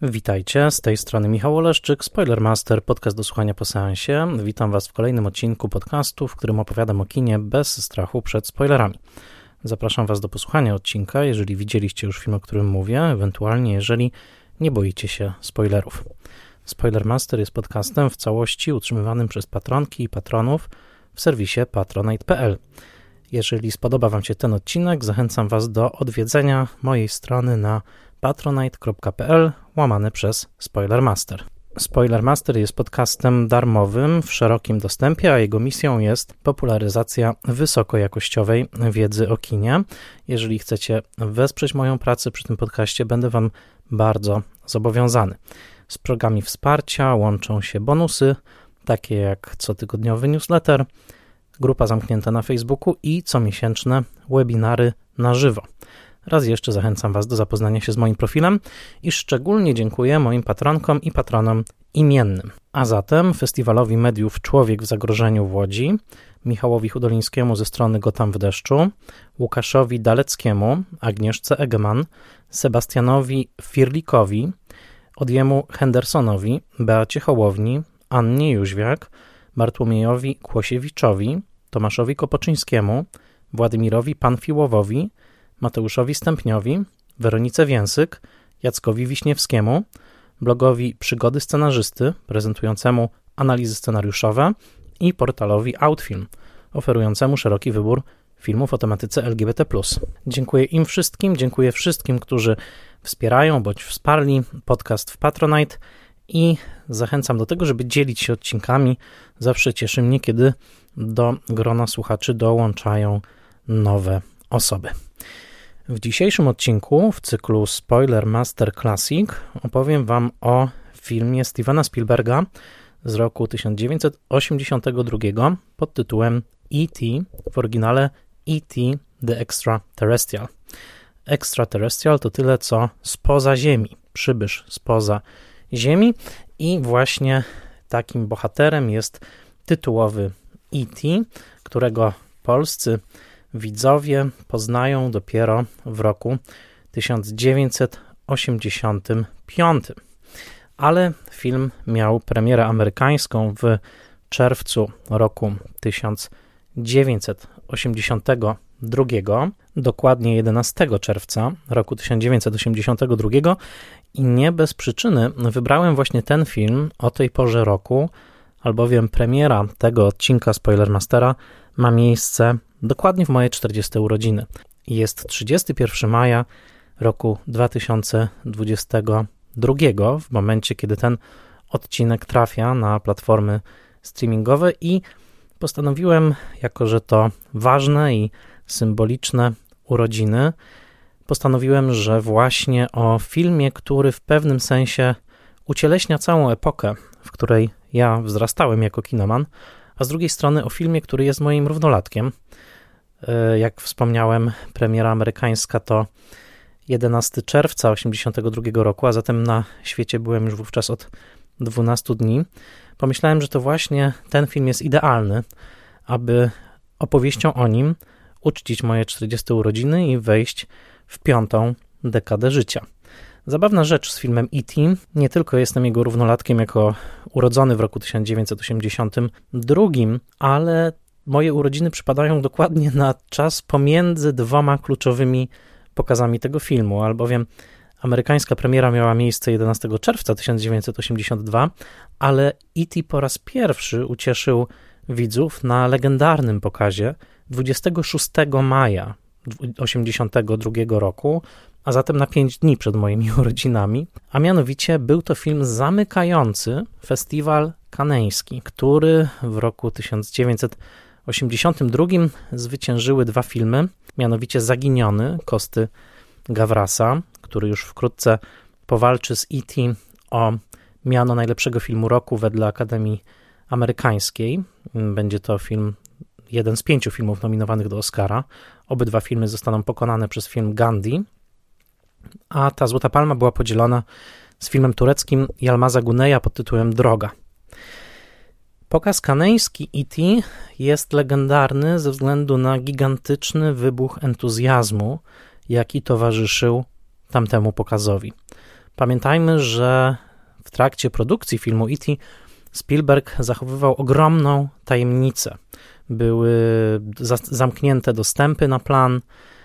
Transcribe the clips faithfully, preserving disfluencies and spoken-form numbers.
Witajcie, z tej strony Michał Oleszczyk, Spoilermaster, podcast do słuchania po seansie. Witam Was w kolejnym odcinku podcastu, w którym opowiadam o kinie bez strachu przed spoilerami. Zapraszam Was do posłuchania odcinka, jeżeli widzieliście już film, o którym mówię, ewentualnie jeżeli nie boicie się spoilerów. Spoilermaster jest podcastem w całości utrzymywanym przez patronki i patronów w serwisie patronite kropka p l. Jeżeli spodoba Wam się ten odcinek, zachęcam Was do odwiedzenia mojej strony na patronite kropka p l łamane przez Spoilermaster. Spoilermaster jest podcastem darmowym w szerokim dostępie, a jego misją jest popularyzacja wysokojakościowej wiedzy o kinie. Jeżeli chcecie wesprzeć moją pracę przy tym podcaście, będę Wam bardzo zobowiązany. Z progami wsparcia łączą się bonusy, takie jak cotygodniowy newsletter, grupa zamknięta na Facebooku i comiesięczne webinary na żywo. Raz jeszcze zachęcam Was do zapoznania się z moim profilem i szczególnie dziękuję moim patronkom i patronom imiennym. A zatem Festiwalowi Mediów Człowiek w Zagrożeniu w Łodzi, Michałowi Hudolińskiemu ze strony Gotham w deszczu, Łukaszowi Daleckiemu, Agnieszce Egeman, Sebastianowi Firlikowi, Odjemu Hendersonowi, Beacie Hołowni, Annie Jóźwiak, Bartłomiejowi Kłosiewiczowi, Tomaszowi Kopoczyńskiemu, Władimirowi Panfiłowowi, Mateuszowi Stępniowi, Weronice Więsyk, Jackowi Wiśniewskiemu, blogowi Przygody Scenarzysty, prezentującemu analizy scenariuszowe i portalowi Outfilm, oferującemu szeroki wybór filmów o tematyce L G B T plus. Dziękuję im wszystkim, dziękuję wszystkim, którzy wspierają bądź wsparli podcast w Patronite i zachęcam do tego, żeby dzielić się odcinkami. Zawsze cieszy mnie, kiedy do grona słuchaczy dołączają nowe osoby. W dzisiejszym odcinku w cyklu Spoilermaster Classic opowiem Wam o filmie Stevena Spielberga z roku tysiąc dziewięćset osiemdziesiątego drugiego pod tytułem E T, w oryginale E T The Extraterrestrial. Extraterrestrial to tyle, co spoza Ziemi, przybysz spoza Ziemi i właśnie takim bohaterem jest tytułowy E T, którego polscy widzowie poznają dopiero w roku tysiąc dziewięćset osiemdziesiątym piątym. Ale film miał premierę amerykańską w czerwcu roku tysiąc dziewięćset osiemdziesiątego drugiego, dokładnie jedenastego czerwca roku tysiąc dziewięćset osiemdziesiątego drugiego i nie bez przyczyny wybrałem właśnie ten film o tej porze roku, albowiem premiera tego odcinka Spoilermastera ma miejsce dokładnie w moje czterdzieste urodziny. Jest trzydziestego pierwszego maja roku dwa tysiące dwudziestego drugiego, w momencie, kiedy ten odcinek trafia na platformy streamingowe i postanowiłem, jako że to ważne i symboliczne urodziny, postanowiłem, że właśnie o filmie, który w pewnym sensie ucieleśnia całą epokę, w której ja wzrastałem jako kinoman, a z drugiej strony o filmie, który jest moim równolatkiem. Jak wspomniałem, premiera amerykańska to jedenastego czerwca osiemdziesiątego drugiego roku, a zatem na świecie byłem już wówczas od dwunastu dni. Pomyślałem, że to właśnie ten film jest idealny, aby opowieścią o nim uczcić moje czterdzieste urodziny i wejść w piątą dekadę życia. Zabawna rzecz z filmem E T, nie tylko jestem jego równolatkiem jako urodzony w roku tysiąc dziewięćset osiemdziesiątym drugim, ale moje urodziny przypadają dokładnie na czas pomiędzy dwoma kluczowymi pokazami tego filmu, albowiem amerykańska premiera miała miejsce jedenastego czerwca tysiąc dziewięćset osiemdziesiątego drugiego, ale E T po raz pierwszy ucieszył widzów na legendarnym pokazie dwudziestego szóstego maja osiemdziesiątego drugiego roku, a zatem na pięć dni przed moimi urodzinami, a mianowicie był to film zamykający festiwal kaneński, który w roku tysiąc dziewięćset osiemdziesiątym drugim zwyciężyły dwa filmy, mianowicie Zaginiony Kosty Gawrasa, który już wkrótce powalczy z E T o miano najlepszego filmu roku wedle Akademii Amerykańskiej. Będzie to film, jeden z pięciu filmów nominowanych do Oscara. Obydwa filmy zostaną pokonane przez film Gandhi, a ta Złota Palma była podzielona z filmem tureckim Yılmaz Güney'a pod tytułem Droga. Pokaz kaneński E T jest legendarny ze względu na gigantyczny wybuch entuzjazmu, jaki towarzyszył tamtemu pokazowi. Pamiętajmy, że w trakcie produkcji filmu E T Spielberg zachowywał ogromną tajemnicę. Były zamknięte dostępy na plan,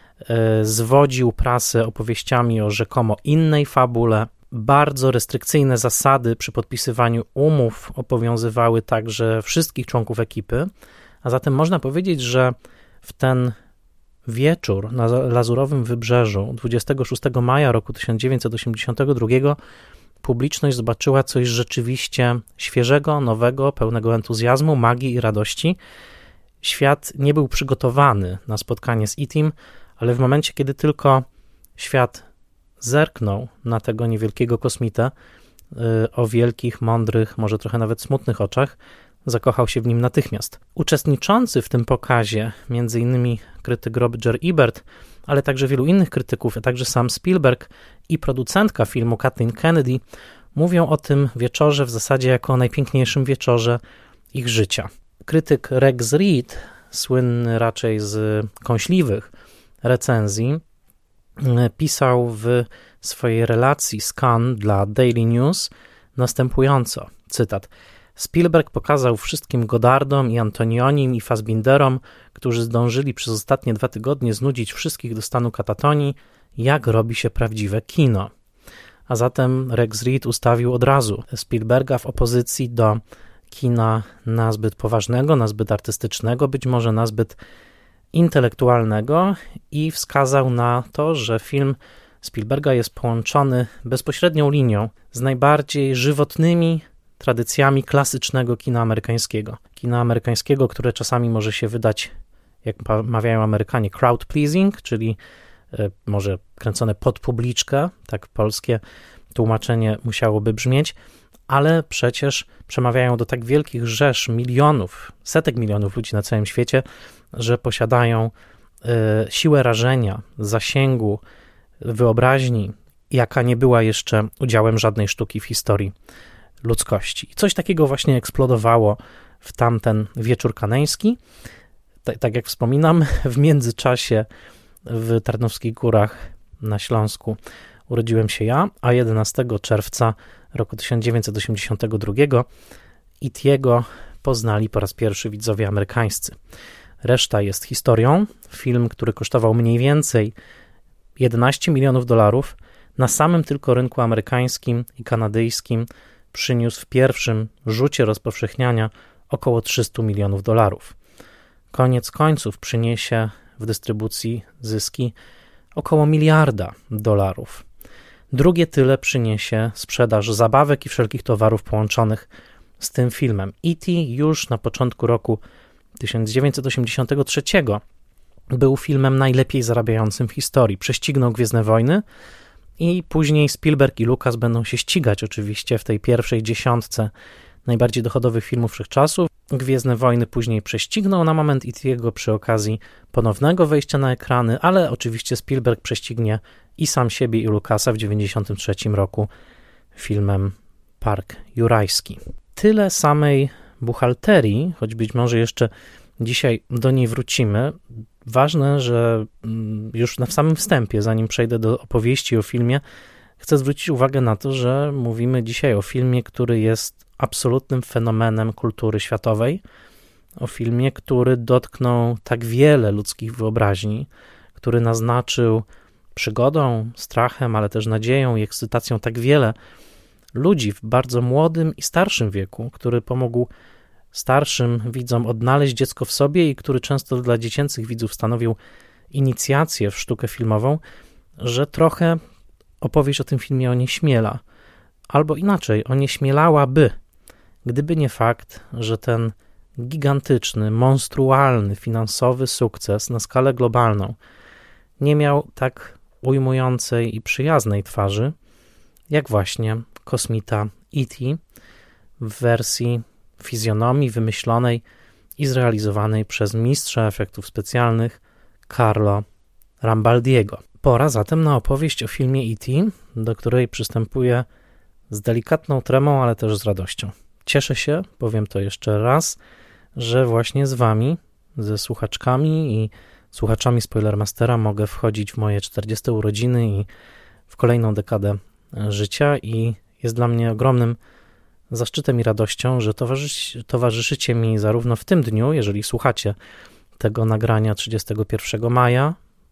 zwodził prasę opowieściami o rzekomo innej fabule. Bardzo restrykcyjne zasady przy podpisywaniu umów obowiązywały także wszystkich członków ekipy, a zatem można powiedzieć, że w ten wieczór na Lazurowym Wybrzeżu dwudziestego szóstego maja roku tysiąc dziewięćset osiemdziesiątego drugiego publiczność zobaczyła coś rzeczywiście świeżego, nowego, pełnego entuzjazmu, magii i radości. Świat nie był przygotowany na spotkanie z E T, ale w momencie, kiedy tylko świat zerknął na tego niewielkiego kosmitę o wielkich, mądrych, może trochę nawet smutnych oczach, zakochał się w nim natychmiast. Uczestniczący w tym pokazie, między innymi krytyk Roger Ebert, ale także wielu innych krytyków, a także sam Spielberg i producentka filmu Kathleen Kennedy, mówią o tym wieczorze w zasadzie jako o najpiękniejszym wieczorze ich życia. Krytyk Rex Reed, słynny raczej z kąśliwych recenzji, pisał w swojej relacji z Cannes dla Daily News następująco, cytat: Spielberg pokazał wszystkim Goddardom i Antonionim i Fassbinderom, którzy zdążyli przez ostatnie dwa tygodnie znudzić wszystkich do stanu katatonii, jak robi się prawdziwe kino. A zatem Rex Reed ustawił od razu Spielberga w opozycji do kina nazbyt poważnego, nazbyt artystycznego, być może nazbyt intelektualnego i wskazał na to, że film Spielberga jest połączony bezpośrednią linią z najbardziej żywotnymi tradycjami klasycznego kina amerykańskiego. Kina amerykańskiego, które czasami może się wydać, jak mawiają Amerykanie, crowd pleasing, czyli y, może kręcone pod publiczkę, tak polskie tłumaczenie musiałoby brzmieć, ale przecież przemawiają do tak wielkich rzesz, milionów, setek milionów ludzi na całym świecie, że posiadają y, siłę rażenia, zasięgu, wyobraźni, jaka nie była jeszcze udziałem żadnej sztuki w historii ludzkości. I coś takiego właśnie eksplodowało w tamten wieczór kaneński. Tak, tak jak wspominam, w międzyczasie w Tarnowskich Górach na Śląsku urodziłem się ja, a jedenastego czerwca roku tysiąc dziewięćset osiemdziesiątego drugiego E T'ego poznali po raz pierwszy widzowie amerykańscy. Reszta jest historią. Film, który kosztował mniej więcej jedenaście milionów dolarów, na samym tylko rynku amerykańskim i kanadyjskim przyniósł w pierwszym rzucie rozpowszechniania około trzysta milionów dolarów. Koniec końców przyniesie w dystrybucji zyski około miliarda dolarów. Drugie tyle przyniesie sprzedaż zabawek i wszelkich towarów połączonych z tym filmem. E T już na początku roku tysiąc dziewięćset osiemdziesiątego trzeciego był filmem najlepiej zarabiającym w historii. Prześcignął Gwiezdne Wojny i później Spielberg i Lucas będą się ścigać oczywiście w tej pierwszej dziesiątce najbardziej dochodowych filmów wszechczasów. Gwiezdne Wojny później prześcignął na moment E T'ego przy okazji ponownego wejścia na ekrany, ale oczywiście Spielberg prześcignie i sam siebie i Lucasa w dziewięćdziesiątym trzecim roku filmem Park Jurajski. Tyle samej buchalterii, choć być może jeszcze dzisiaj do niej wrócimy. Ważne, że już na samym wstępie, zanim przejdę do opowieści o filmie, chcę zwrócić uwagę na to, że mówimy dzisiaj o filmie, który jest absolutnym fenomenem kultury światowej, o filmie, który dotknął tak wiele ludzkich wyobraźni, który naznaczył przygodą, strachem, ale też nadzieją i ekscytacją tak wiele ludzi w bardzo młodym i starszym wieku, który pomógł starszym widzom odnaleźć dziecko w sobie i który często dla dziecięcych widzów stanowił inicjację w sztukę filmową, że trochę opowieść o tym filmie onieśmiela. Albo inaczej, onieśmielałaby, gdyby nie fakt, że ten gigantyczny, monstrualny, finansowy sukces na skalę globalną nie miał tak ujmującej i przyjaznej twarzy, jak właśnie Kosmita E T w wersji fizjonomii wymyślonej i zrealizowanej przez mistrza efektów specjalnych Carlo Rambaldiego. Pora zatem na opowieść o filmie E T, do której przystępuję z delikatną tremą, ale też z radością. Cieszę się, powiem to jeszcze raz, że właśnie z wami, ze słuchaczkami i słuchaczami Spoilermastera mogę wchodzić w moje czterdzieste urodziny i w kolejną dekadę życia i jest dla mnie ogromnym zaszczytem i radością, że towarzysz, towarzyszycie mi zarówno w tym dniu, jeżeli słuchacie tego nagrania trzydziestego pierwszego maja,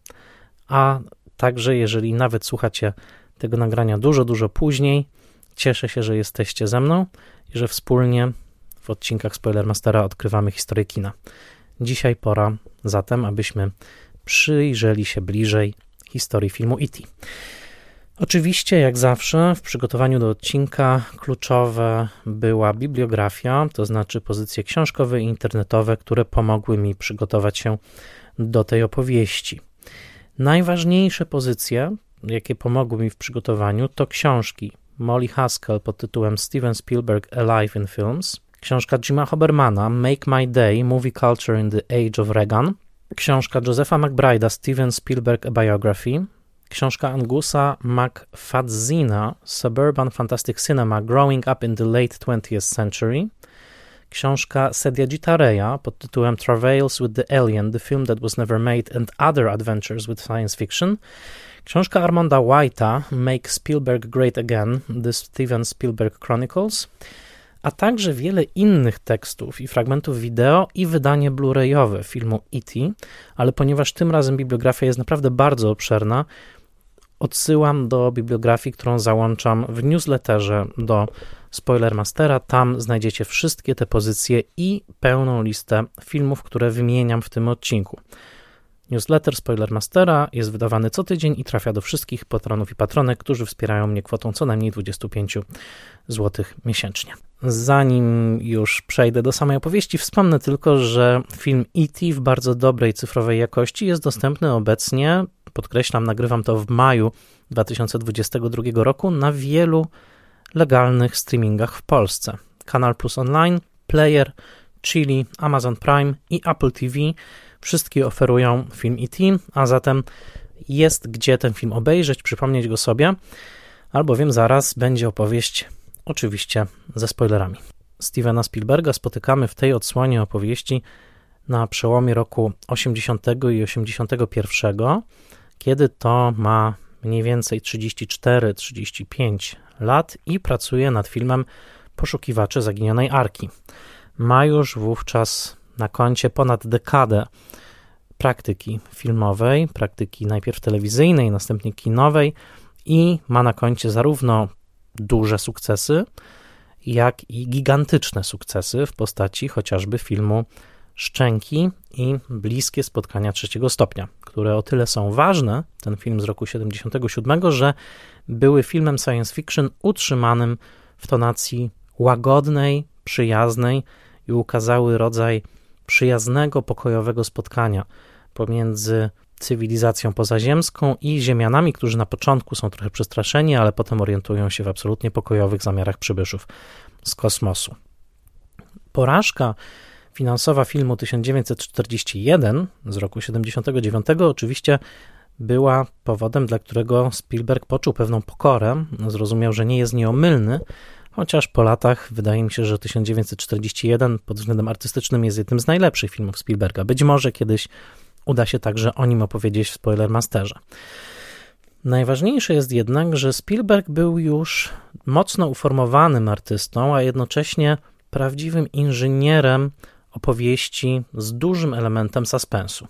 a także jeżeli nawet słuchacie tego nagrania dużo, dużo później. Cieszę się, że jesteście ze mną i że wspólnie w odcinkach Spoilermastera odkrywamy historię kina. Dzisiaj pora zatem, abyśmy przyjrzeli się bliżej historii filmu E T Oczywiście, jak zawsze, w przygotowaniu do odcinka kluczowe była bibliografia, to znaczy pozycje książkowe i internetowe, które pomogły mi przygotować się do tej opowieści. Najważniejsze pozycje, jakie pomogły mi w przygotowaniu, to książki Molly Haskell pod tytułem Steven Spielberg Alive in Films, książka Jima Hobermana Make My Day, Movie Culture in the Age of Reagan, książka Josepha McBride'a Steven Spielberg A Biography, książka Angusa McFadzina Suburban Fantastic Cinema Growing Up in the Late twentieth Century, książka Satyajita Raya pod tytułem Travails with the Alien, The Film That Was Never Made and Other Adventures with Science Fiction, książka Armonda White'a Make Spielberg Great Again, The Steven Spielberg Chronicles, a także wiele innych tekstów i fragmentów wideo i wydanie blu-rayowe filmu E T, ale ponieważ tym razem bibliografia jest naprawdę bardzo obszerna, odsyłam do bibliografii, którą załączam w newsletterze do Spoilermastera. Tam znajdziecie wszystkie te pozycje i pełną listę filmów, które wymieniam w tym odcinku. Newsletter Spoilermastera jest wydawany co tydzień i trafia do wszystkich patronów i patronek, którzy wspierają mnie kwotą co najmniej dwadzieścia pięć złotych miesięcznie. Zanim już przejdę do samej opowieści, wspomnę tylko, że film E T w bardzo dobrej cyfrowej jakości jest dostępny obecnie, podkreślam, nagrywam to w maju dwa tysiące dwudziestego drugiego roku, na wielu legalnych streamingach w Polsce. Kanal Plus Online, Player, Chili, Amazon Prime i Apple T V wszystkie oferują film E T, a zatem jest gdzie ten film obejrzeć, przypomnieć go sobie, albowiem zaraz będzie opowieść oczywiście ze spoilerami. Stevena Spielberga spotykamy w tej odsłonie opowieści na przełomie roku osiemdziesiątego i osiemdziesiątego pierwszego, kiedy to ma mniej więcej trzydzieści cztery trzydzieści pięć lat i pracuje nad filmem Poszukiwacze zaginionej Arki. Ma już wówczas na koncie ponad dekadę praktyki filmowej, praktyki najpierw telewizyjnej, następnie kinowej i ma na koncie zarówno duże sukcesy, jak i gigantyczne sukcesy w postaci chociażby filmu Szczęki i Bliskie spotkania trzeciego stopnia, które o tyle są ważne, ten film z roku siedemdziesiątego siódmego, że były filmem science fiction utrzymanym w tonacji łagodnej, przyjaznej i ukazały rodzaj przyjaznego, pokojowego spotkania pomiędzy cywilizacją pozaziemską i ziemianami, którzy na początku są trochę przestraszeni, ale potem orientują się w absolutnie pokojowych zamiarach przybyszów z kosmosu. Porażka finansowa filmu tysiąc dziewięćset czterdziesty jeden z roku siedemdziesiątego dziewiątego oczywiście była powodem, dla którego Spielberg poczuł pewną pokorę, zrozumiał, że nie jest nieomylny, chociaż po latach wydaje mi się, że tysiąc dziewięćset czterdziesty jeden pod względem artystycznym jest jednym z najlepszych filmów Spielberga. Być może kiedyś uda się także o nim opowiedzieć w Spoilermasterze. Najważniejsze jest jednak, że Spielberg był już mocno uformowanym artystą, a jednocześnie prawdziwym inżynierem opowieści z dużym elementem suspensu.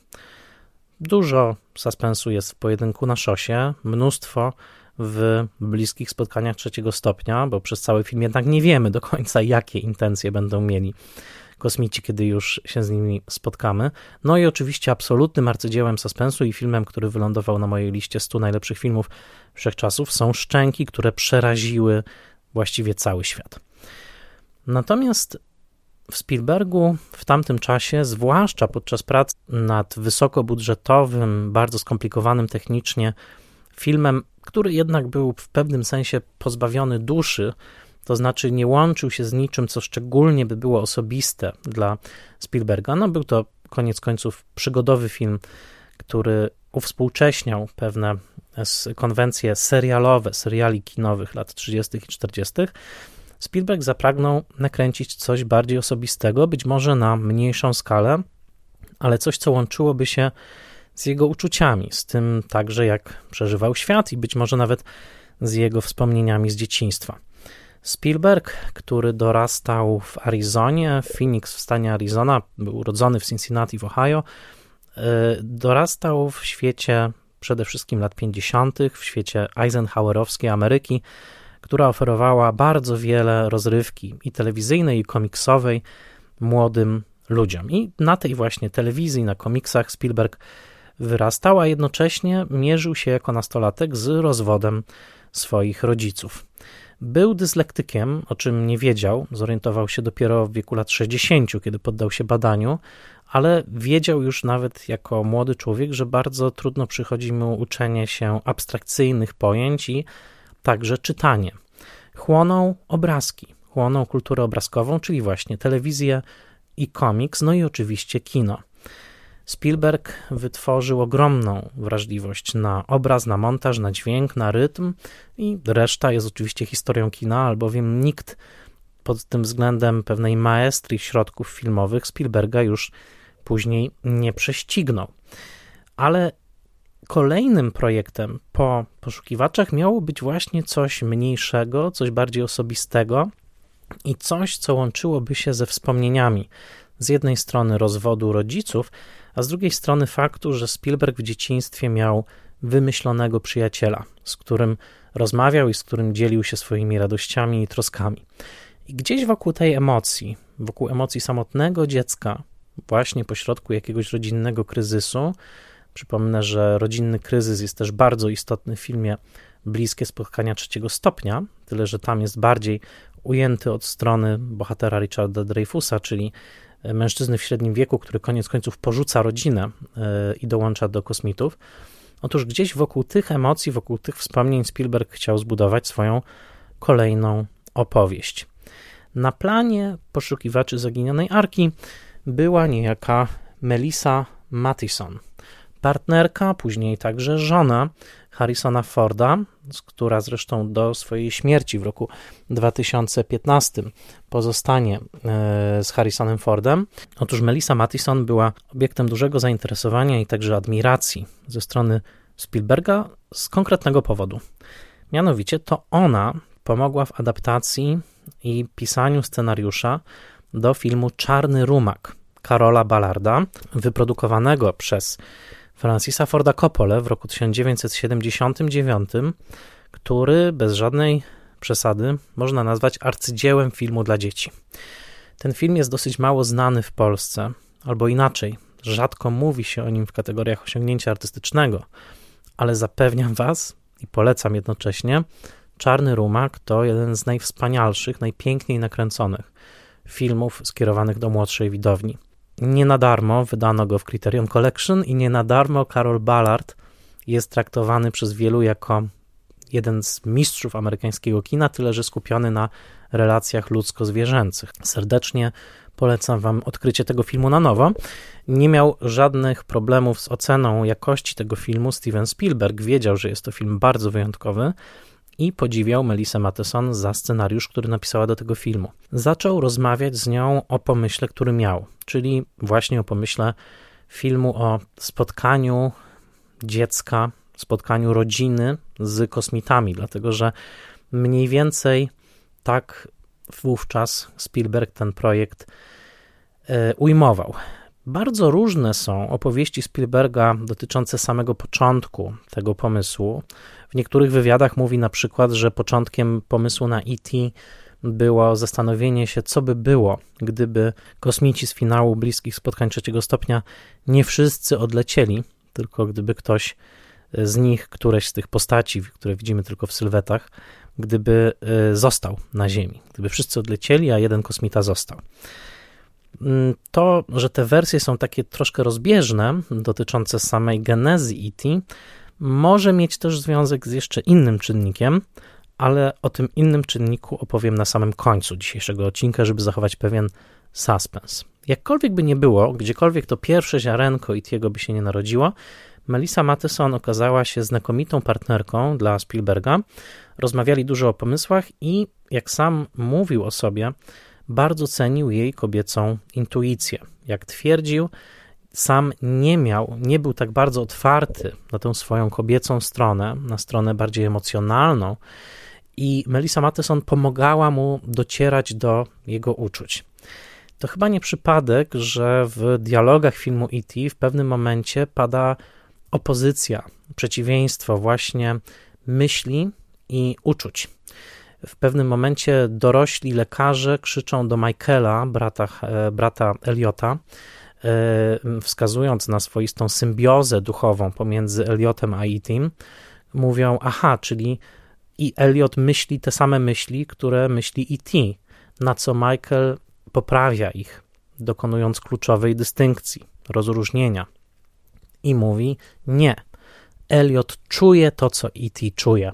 Dużo suspensu jest w Pojedynku na szosie, mnóstwo w Bliskich spotkaniach trzeciego stopnia, bo przez cały film jednak nie wiemy do końca, jakie intencje będą mieli kosmici, kiedy już się z nimi spotkamy. No i oczywiście absolutnym arcydziełem suspensu i filmem, który wylądował na mojej liście stu najlepszych filmów wszechczasów, są Szczęki, które przeraziły właściwie cały świat. Natomiast w Spielbergu w tamtym czasie, zwłaszcza podczas prac nad wysokobudżetowym, bardzo skomplikowanym technicznie filmem, który jednak był w pewnym sensie pozbawiony duszy, to znaczy nie łączył się z niczym, co szczególnie by było osobiste dla Spielberga. No był to koniec końców przygodowy film, który uwspółcześniał pewne konwencje serialowe, seriali kinowych lat trzydziestych i czterdziestych. Spielberg zapragnął nakręcić coś bardziej osobistego, być może na mniejszą skalę, ale coś, co łączyłoby się z jego uczuciami, z tym także, jak przeżywał świat i być może nawet z jego wspomnieniami z dzieciństwa. Spielberg, który dorastał w Arizonie, w Phoenix w stanie Arizona, był urodzony w Cincinnati w Ohio, dorastał w świecie przede wszystkim lat pięćdziesiątych, w świecie eisenhowerowskiej Ameryki, która oferowała bardzo wiele rozrywki i telewizyjnej, i komiksowej młodym ludziom. I na tej właśnie telewizji, na komiksach Spielberg wyrastał, a jednocześnie mierzył się jako nastolatek z rozwodem swoich rodziców. Był dyslektykiem, o czym nie wiedział, zorientował się dopiero w wieku lat sześćdziesięciu, kiedy poddał się badaniu, ale wiedział już nawet jako młody człowiek, że bardzo trudno przychodzi mu uczenie się abstrakcyjnych pojęć i także czytanie. Chłonął obrazki, chłonął kulturę obrazkową, czyli właśnie telewizję i komiks, no i oczywiście kino. Spielberg wytworzył ogromną wrażliwość na obraz, na montaż, na dźwięk, na rytm i reszta jest oczywiście historią kina, albowiem nikt pod tym względem pewnej maestrii środków filmowych Spielberga już później nie prześcignął. Ale kolejnym projektem po Poszukiwaczach miało być właśnie coś mniejszego, coś bardziej osobistego i coś, co łączyłoby się ze wspomnieniami z jednej strony rozwodu rodziców, a z drugiej strony faktu, że Spielberg w dzieciństwie miał wymyślonego przyjaciela, z którym rozmawiał i z którym dzielił się swoimi radościami i troskami. I gdzieś wokół tej emocji, wokół emocji samotnego dziecka, właśnie pośrodku jakiegoś rodzinnego kryzysu, przypomnę, że rodzinny kryzys jest też bardzo istotny w filmie Bliskie spotkania trzeciego stopnia, tyle że tam jest bardziej ujęty od strony bohatera Richarda Dreyfusa, czyli mężczyzny w średnim wieku, który koniec końców porzuca rodzinę i dołącza do kosmitów. Otóż gdzieś wokół tych emocji, wokół tych wspomnień Spielberg chciał zbudować swoją kolejną opowieść. Na planie Poszukiwaczy Zaginionej Arki była niejaka Melissa Mathison, partnerka, później także żona Harrisona Forda, która zresztą do swojej śmierci w roku dwa tysiące piętnastym pozostanie z Harrisonem Fordem. Otóż Melissa Mathison była obiektem dużego zainteresowania i także admiracji ze strony Spielberga z konkretnego powodu. Mianowicie to ona pomogła w adaptacji i pisaniu scenariusza do filmu Czarny Rumak Karola Ballarda, wyprodukowanego przez Francisa Forda Coppolę w roku tysiąc dziewięćset siedemdziesiątym dziewiątym, który bez żadnej przesady można nazwać arcydziełem filmu dla dzieci. Ten film jest dosyć mało znany w Polsce, albo inaczej, rzadko mówi się o nim w kategoriach osiągnięcia artystycznego, ale zapewniam was i polecam jednocześnie, Czarny Rumak to jeden z najwspanialszych, najpiękniej nakręconych filmów skierowanych do młodszej widowni. Nie na darmo wydano go w Criterion Collection i nie na darmo Carol Ballard jest traktowany przez wielu jako jeden z mistrzów amerykańskiego kina, tyle że skupiony na relacjach ludzko-zwierzęcych. Serdecznie polecam wam odkrycie tego filmu na nowo. Nie miał żadnych problemów z oceną jakości tego filmu Steven Spielberg. Wiedział, że jest to film bardzo wyjątkowy i podziwiał Melissę Mathison za scenariusz, który napisała do tego filmu. Zaczął rozmawiać z nią o pomyśle, który miał, czyli właśnie o pomyśle filmu o spotkaniu dziecka, spotkaniu rodziny z kosmitami, dlatego że mniej więcej tak wówczas Spielberg ten projekt e, ujmował. Bardzo różne są opowieści Spielberga dotyczące samego początku tego pomysłu. W niektórych wywiadach mówi na przykład, że początkiem pomysłu na E T było zastanowienie się, co by było, gdyby kosmici z finału Bliskich Spotkań Trzeciego Stopnia nie wszyscy odlecieli, tylko gdyby ktoś z nich, któreś z tych postaci, które widzimy tylko w sylwetach, gdyby został na Ziemi. Gdyby wszyscy odlecieli, a jeden kosmita został. To, że te wersje są takie troszkę rozbieżne, dotyczące samej genezy E T, może mieć też związek z jeszcze innym czynnikiem, ale o tym innym czynniku opowiem na samym końcu dzisiejszego odcinka, żeby zachować pewien suspens. Jakkolwiek by nie było, gdziekolwiek to pierwsze ziarenko E T'ego by się nie narodziło, Melissa Mathison okazała się znakomitą partnerką dla Spielberga. Rozmawiali dużo o pomysłach i, jak sam mówił o sobie, bardzo cenił jej kobiecą intuicję. Jak twierdził, sam nie miał, nie był tak bardzo otwarty na tę swoją kobiecą stronę, na stronę bardziej emocjonalną i Melissa Matheson pomagała mu docierać do jego uczuć. To chyba nie przypadek, że w dialogach filmu E T w pewnym momencie pada opozycja, przeciwieństwo właśnie myśli i uczuć. W pewnym momencie dorośli lekarze krzyczą do Michaela, brata, brata Eliota, wskazując na swoistą symbiozę duchową pomiędzy Eliotem a E T. Mówią, aha, czyli i Eliot myśli te same myśli, które myśli E T, na co Michael poprawia ich, dokonując kluczowej dystynkcji, rozróżnienia. I mówi, nie, Eliot czuje to, co E T czuje.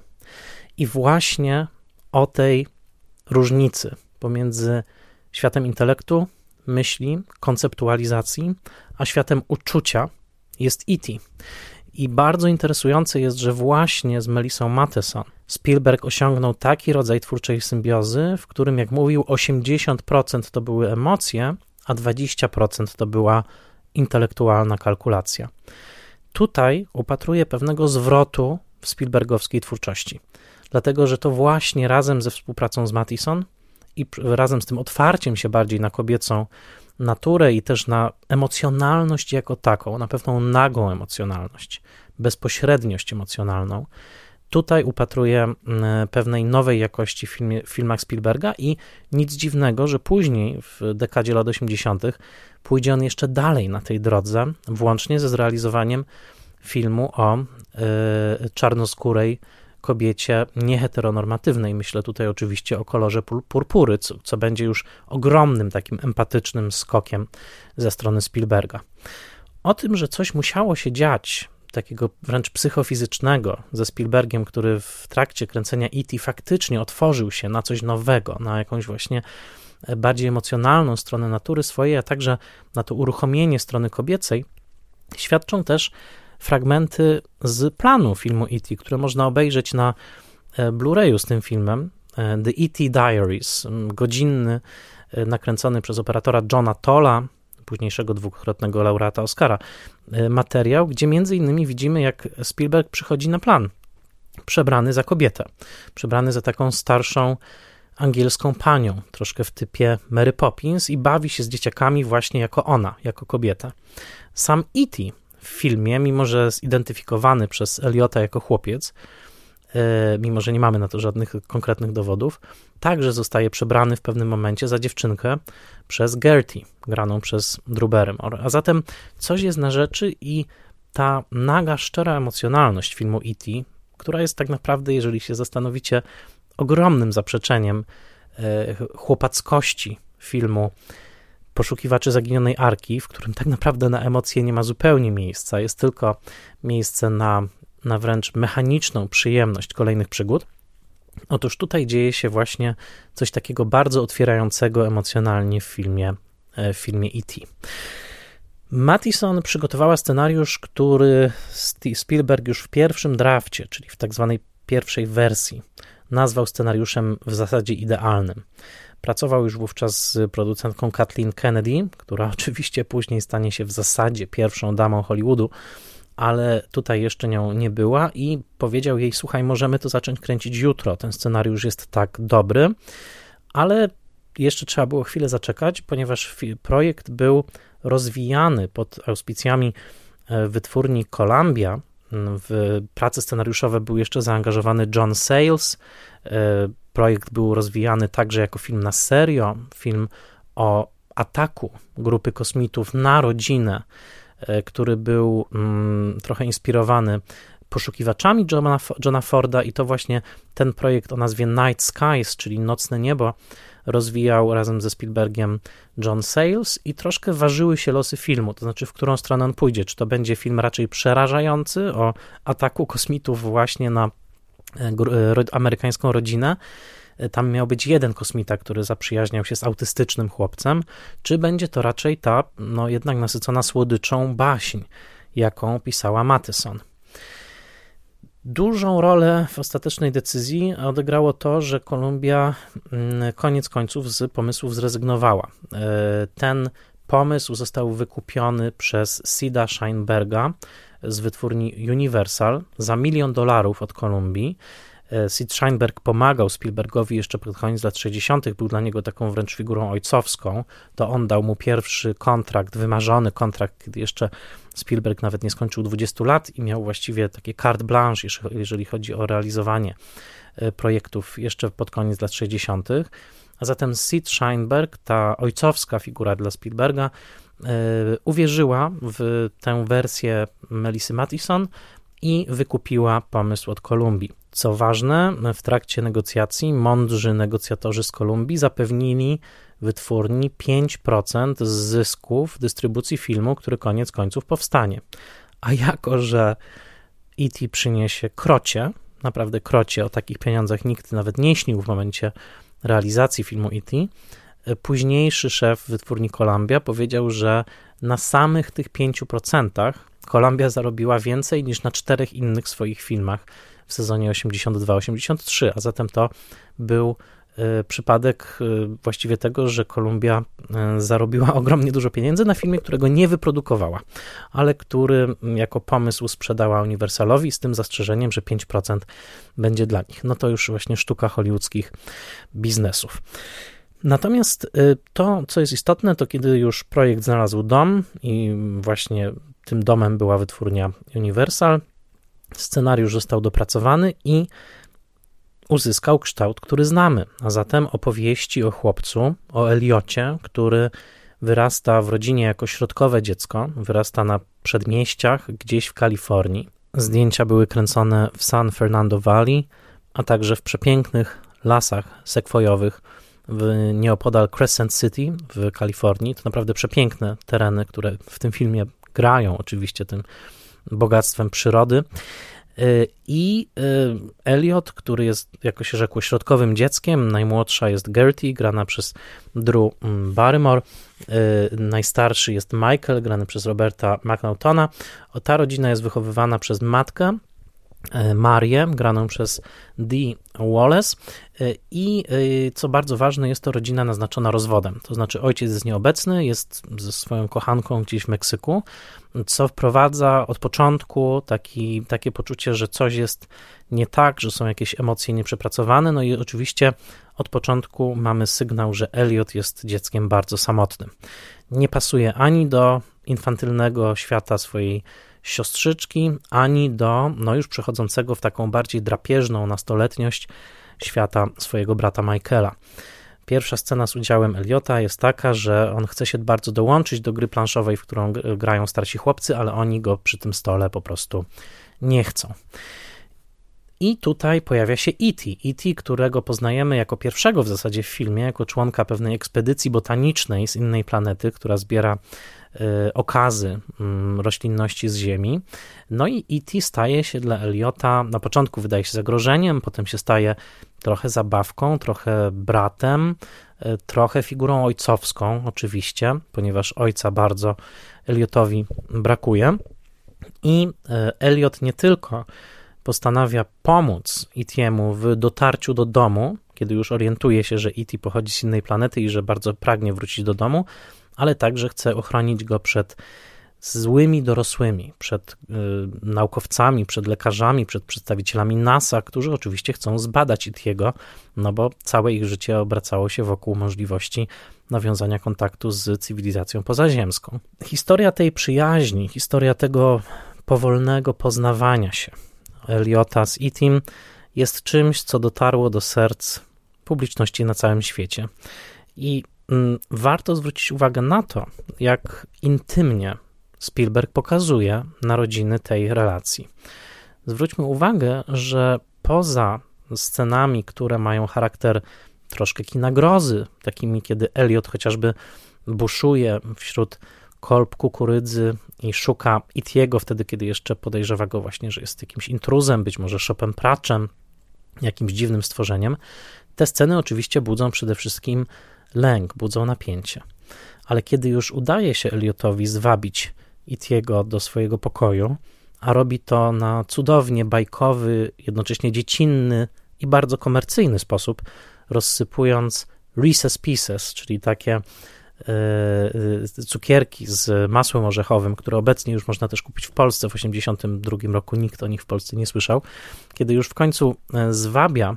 I właśnie o tej różnicy pomiędzy światem intelektu, myśli, konceptualizacji, a światem uczucia jest E T. I bardzo interesujące jest, że właśnie z Melissą Matheson Spielberg osiągnął taki rodzaj twórczej symbiozy, w którym, jak mówił, osiemdziesiąt procent to były emocje, a dwadzieścia procent to była intelektualna kalkulacja. Tutaj upatruję pewnego zwrotu w Spielbergowskiej twórczości, dlatego że to właśnie razem ze współpracą z Matheson i razem z tym otwarciem się bardziej na kobiecą naturę i też na emocjonalność jako taką, na pewną nagłą emocjonalność, bezpośredniość emocjonalną, tutaj upatruję pewnej nowej jakości w, filmie, w filmach Spielberga i nic dziwnego, że później w dekadzie lat osiemdziesiątych pójdzie on jeszcze dalej na tej drodze, włącznie ze zrealizowaniem filmu o y, czarnoskórej kobiecie nieheteronormatywnej. Myślę tutaj oczywiście o kolorze purpury, co, co będzie już ogromnym takim empatycznym skokiem ze strony Spielberga. O tym, że coś musiało się dziać, takiego wręcz psychofizycznego ze Spielbergiem, który w trakcie kręcenia E T faktycznie otworzył się na coś nowego, na jakąś właśnie bardziej emocjonalną stronę natury swojej, a także na to uruchomienie strony kobiecej, świadczą też fragmenty z planu filmu E T, które można obejrzeć na Blu-rayu z tym filmem. The E T Diaries, godzinny, nakręcony przez operatora Johna Tolla, późniejszego dwukrotnego laureata Oscara, materiał, gdzie między innymi widzimy, jak Spielberg przychodzi na plan, przebrany za kobietę, przebrany za taką starszą angielską panią, troszkę w typie Mary Poppins i bawi się z dzieciakami właśnie jako ona, jako kobieta. Sam E T w filmie, mimo że zidentyfikowany przez Eliota jako chłopiec, mimo że nie mamy na to żadnych konkretnych dowodów, także zostaje przebrany w pewnym momencie za dziewczynkę przez Gertie, graną przez Drew Barrymore. A zatem coś jest na rzeczy i ta naga, szczera emocjonalność filmu E T, która jest tak naprawdę, jeżeli się zastanowicie, ogromnym zaprzeczeniem chłopackości filmu Poszukiwaczy Zaginionej Arki, w którym tak naprawdę na emocje nie ma zupełnie miejsca, jest tylko miejsce na, na wręcz mechaniczną przyjemność kolejnych przygód. Otóż tutaj dzieje się właśnie coś takiego bardzo otwierającego emocjonalnie w filmie, w filmie E T. Matheson przygotowała scenariusz, który Spielberg już w pierwszym drafcie, czyli w tak zwanej pierwszej wersji, nazwał scenariuszem w zasadzie idealnym. Pracował już wówczas z producentką Kathleen Kennedy, która oczywiście później stanie się w zasadzie pierwszą damą Hollywoodu, ale tutaj jeszcze nią nie była i powiedział jej, słuchaj, możemy to zacząć kręcić jutro, ten scenariusz jest tak dobry, ale jeszcze trzeba było chwilę zaczekać, ponieważ projekt był rozwijany pod auspicjami wytwórni Columbia. W prace scenariuszowe był jeszcze zaangażowany John Sayles. Projekt był rozwijany także jako film na serio, film o ataku grupy kosmitów na rodzinę, który był mm, trochę inspirowany poszukiwaczami Johna, Johna Forda i to właśnie ten projekt o nazwie Night Skies, czyli Nocne Niebo, rozwijał razem ze Spielbergiem John Sayles i troszkę ważyły się losy filmu, to znaczy w którą stronę on pójdzie, czy to będzie film raczej przerażający o ataku kosmitów właśnie na amerykańską rodzinę, tam miał być jeden kosmita, który zaprzyjaźniał się z autystycznym chłopcem, czy będzie to raczej ta, no jednak nasycona słodyczą baśń, jaką pisała Matheson. Dużą rolę w ostatecznej decyzji odegrało to, że Columbia koniec końców z pomysłów zrezygnowała. Ten pomysł został wykupiony przez Sida Sheinberga z wytwórni Universal za milion dolarów od Kolumbii. Sid Sheinberg pomagał Spielbergowi jeszcze pod koniec lat sześćdziesiątych, był dla niego taką wręcz figurą ojcowską. To on dał mu pierwszy kontrakt, wymarzony kontrakt, kiedy jeszcze Spielberg nawet nie skończył dwudziestu lat i miał właściwie takie carte blanche, jeżeli chodzi o realizowanie projektów jeszcze pod koniec lat sześćdziesiątych. A zatem Sid Sheinberg, ta ojcowska figura dla Spielberga, uwierzyła w tę wersję Melissy Mathison i wykupiła pomysł od Kolumbii. Co ważne, w trakcie negocjacji mądrzy negocjatorzy z Kolumbii zapewnili wytwórni pięć procent z zysków dystrybucji filmu, który koniec końców powstanie. A jako że E T przyniesie krocie, naprawdę krocie, o takich pieniądzach nikt nawet nie śnił w momencie realizacji filmu E T, późniejszy szef wytwórni Columbia powiedział, że na samych tych pięciu procentach Columbia zarobiła więcej niż na czterech innych swoich filmach w sezonie osiemdziesiąt dwa osiemdziesiąt trzy, a zatem to był y, przypadek y, właściwie tego, że Columbia y, zarobiła ogromnie dużo pieniędzy na filmie, którego nie wyprodukowała, ale który y, jako pomysł sprzedała Universalowi z tym zastrzeżeniem, że pięć procent będzie dla nich. No to już właśnie sztuka hollywoodzkich biznesów. Natomiast y, to, co jest istotne, to kiedy już projekt znalazł dom i właśnie tym domem była wytwórnia Universal, scenariusz został dopracowany i uzyskał kształt, który znamy, a zatem opowieści o chłopcu, o Elliocie, który wyrasta w rodzinie jako środkowe dziecko, wyrasta na przedmieściach gdzieś w Kalifornii. Zdjęcia były kręcone w San Fernando Valley, a także w przepięknych lasach sekwojowych w nieopodal Crescent City w Kalifornii. To naprawdę przepiękne tereny, które w tym filmie grają oczywiście tym bogactwem przyrody. I Elliot, który jest, jako się rzekło, środkowym dzieckiem, najmłodsza jest Gertie, grana przez Drew Barrymore, najstarszy jest Michael, grany przez Roberta McNaughtona. Ta rodzina jest wychowywana przez matkę, Marię, graną przez Dee Wallace, i co bardzo ważne, jest to rodzina naznaczona rozwodem, to znaczy ojciec jest nieobecny, jest ze swoją kochanką gdzieś w Meksyku, co wprowadza od początku taki, takie poczucie, że coś jest nie tak, że są jakieś emocje nieprzepracowane, no i oczywiście od początku mamy sygnał, że Elliot jest dzieckiem bardzo samotnym. Nie pasuje ani do infantylnego świata swojej siostrzyczki, ani do, no już przechodzącego w taką bardziej drapieżną nastoletniość świata swojego brata Michaela. Pierwsza scena z udziałem Elliota jest taka, że on chce się bardzo dołączyć do gry planszowej, w którą grają starsi chłopcy, ale oni go przy tym stole po prostu nie chcą. I tutaj pojawia się E T E T, którego poznajemy jako pierwszego w zasadzie w filmie, jako członka pewnej ekspedycji botanicznej z innej planety, która zbiera y, okazy y, roślinności z Ziemi. No i E T staje się dla Elliota, na początku wydaje się zagrożeniem, potem się staje trochę zabawką, trochę bratem, y, trochę figurą ojcowską oczywiście, ponieważ ojca bardzo Elliotowi brakuje. I y, Elliot nie tylko postanawia pomóc E T-mu w dotarciu do domu, kiedy już orientuje się, że E T pochodzi z innej planety i że bardzo pragnie wrócić do domu, ale także chce ochronić go przed złymi dorosłymi, przed y, naukowcami, przed lekarzami, przed przedstawicielami NASA, którzy oczywiście chcą zbadać E T-go, no bo całe ich życie obracało się wokół możliwości nawiązania kontaktu z cywilizacją pozaziemską. Historia tej przyjaźni, historia tego powolnego poznawania się Elliota z E T jest czymś, co dotarło do serc publiczności na całym świecie. I mm, warto zwrócić uwagę na to, jak intymnie Spielberg pokazuje narodziny tej relacji. Zwróćmy uwagę, że poza scenami, które mają charakter troszkę kina grozy, takimi kiedy Elliot chociażby buszuje wśród kolb kukurydzy i szuka E T-go wtedy, kiedy jeszcze podejrzewa go właśnie, że jest jakimś intruzem, być może szopem praczem, jakimś dziwnym stworzeniem. Te sceny oczywiście budzą przede wszystkim lęk, budzą napięcie. Ale kiedy już udaje się Elliotowi zwabić E T-go do swojego pokoju, a robi to na cudownie bajkowy, jednocześnie dziecinny i bardzo komercyjny sposób, rozsypując Reese's Pieces, czyli takie cukierki z masłem orzechowym, które obecnie już można też kupić w Polsce. W osiemdziesiątym drugim roku nikt o nich w Polsce nie słyszał. Kiedy już w końcu zwabia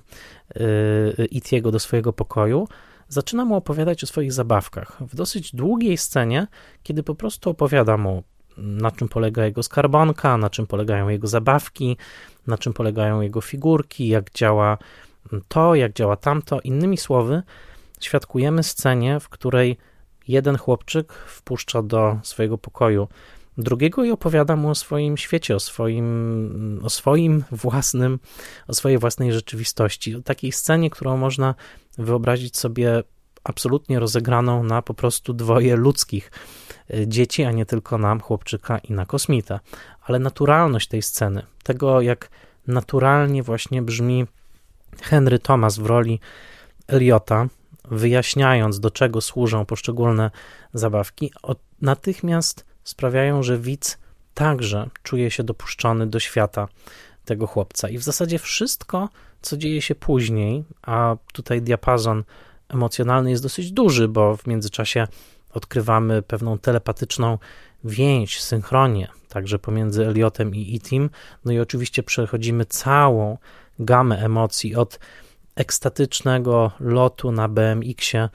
Itiego do swojego pokoju, zaczyna mu opowiadać o swoich zabawkach. W dosyć długiej scenie, kiedy po prostu opowiada mu, na czym polega jego skarbonka, na czym polegają jego zabawki, na czym polegają jego figurki, jak działa to, jak działa tamto. Innymi słowy, świadkujemy scenie, w której jeden chłopczyk wpuszcza do swojego pokoju drugiego i opowiada mu o swoim świecie, o swoim, o swoim własnym, o swojej własnej rzeczywistości. O takiej scenie, którą można wyobrazić sobie absolutnie rozegraną na po prostu dwoje ludzkich dzieci, a nie tylko na chłopczyka i na kosmitę. Ale naturalność tej sceny, tego jak naturalnie właśnie brzmi Henry Thomas w roli Eliota, wyjaśniając, do czego służą poszczególne zabawki, natychmiast sprawiają, że widz także czuje się dopuszczony do świata tego chłopca. I w zasadzie wszystko, co dzieje się później, a tutaj diapazon emocjonalny jest dosyć duży, bo w międzyczasie odkrywamy pewną telepatyczną więź, synchronię, także pomiędzy Eliotem i Itim, no i oczywiście przechodzimy całą gamę emocji od ekstatycznego lotu na B M X-ie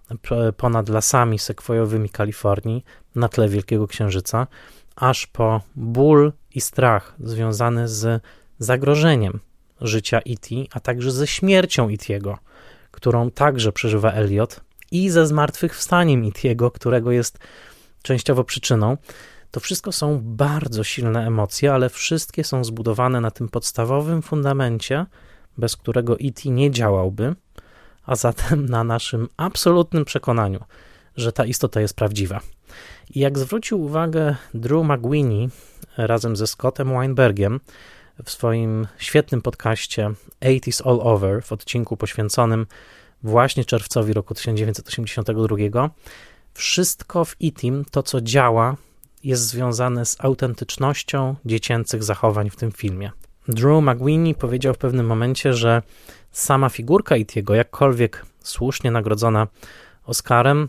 ponad lasami sekwojowymi Kalifornii na tle Wielkiego Księżyca, aż po ból i strach związany z zagrożeniem życia E T, a także ze śmiercią Itiego, którą także przeżywa Eliot, i ze zmartwychwstaniem Itiego, którego jest częściowo przyczyną. To wszystko są bardzo silne emocje, ale wszystkie są zbudowane na tym podstawowym fundamencie, bez którego E T nie działałby, a zatem na naszym absolutnym przekonaniu, że ta istota jest prawdziwa. I jak zwrócił uwagę Drew McWeeny razem ze Scottem Weinbergiem w swoim świetnym podcaście eighties All Over, w odcinku poświęconym właśnie czerwcowi roku tysiąc dziewięćset osiemdziesiątego drugiego, wszystko w Itim, to co działa, jest związane z autentycznością dziecięcych zachowań w tym filmie. Drew McWeeny powiedział w pewnym momencie, że sama figurka Itiego, jakkolwiek słusznie nagrodzona Oscarem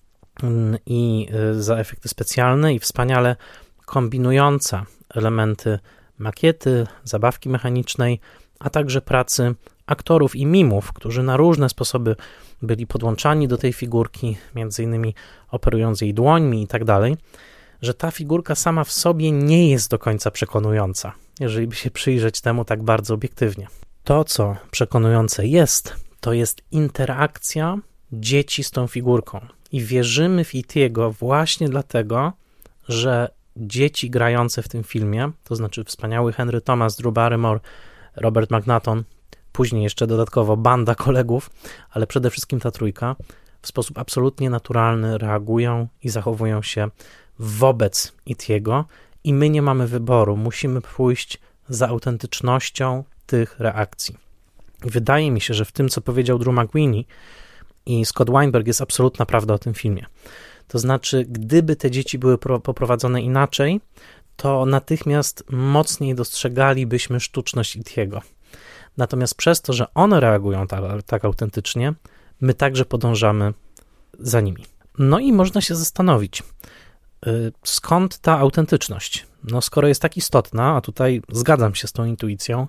i za efekty specjalne i wspaniale kombinująca elementy makiety, zabawki mechanicznej, a także pracy aktorów i mimów, którzy na różne sposoby byli podłączani do tej figurki, między innymi operując jej dłońmi i tak dalej, że ta figurka sama w sobie nie jest do końca przekonująca, jeżeli by się przyjrzeć temu tak bardzo obiektywnie. To, co przekonujące jest, to jest interakcja dzieci z tą figurką i wierzymy w Itiego właśnie dlatego, że dzieci grające w tym filmie, to znaczy wspaniały Henry Thomas, Drew Barrymore, Robert McNaughton, później jeszcze dodatkowo banda kolegów, ale przede wszystkim ta trójka, w sposób absolutnie naturalny reagują i zachowują się wobec Itiego i my nie mamy wyboru, musimy pójść za autentycznością tych reakcji. I wydaje mi się, że w tym, co powiedział Drew McWeeny i Scott Weinberg, jest absolutna prawda o tym filmie. To znaczy, gdyby te dzieci były poprowadzone inaczej, to natychmiast mocniej dostrzegalibyśmy sztuczność Itiego. Natomiast przez to, że one reagują tak, tak autentycznie, my także podążamy za nimi. No i można się zastanowić, skąd ta autentyczność? No skoro jest tak istotna, a tutaj zgadzam się z tą intuicją,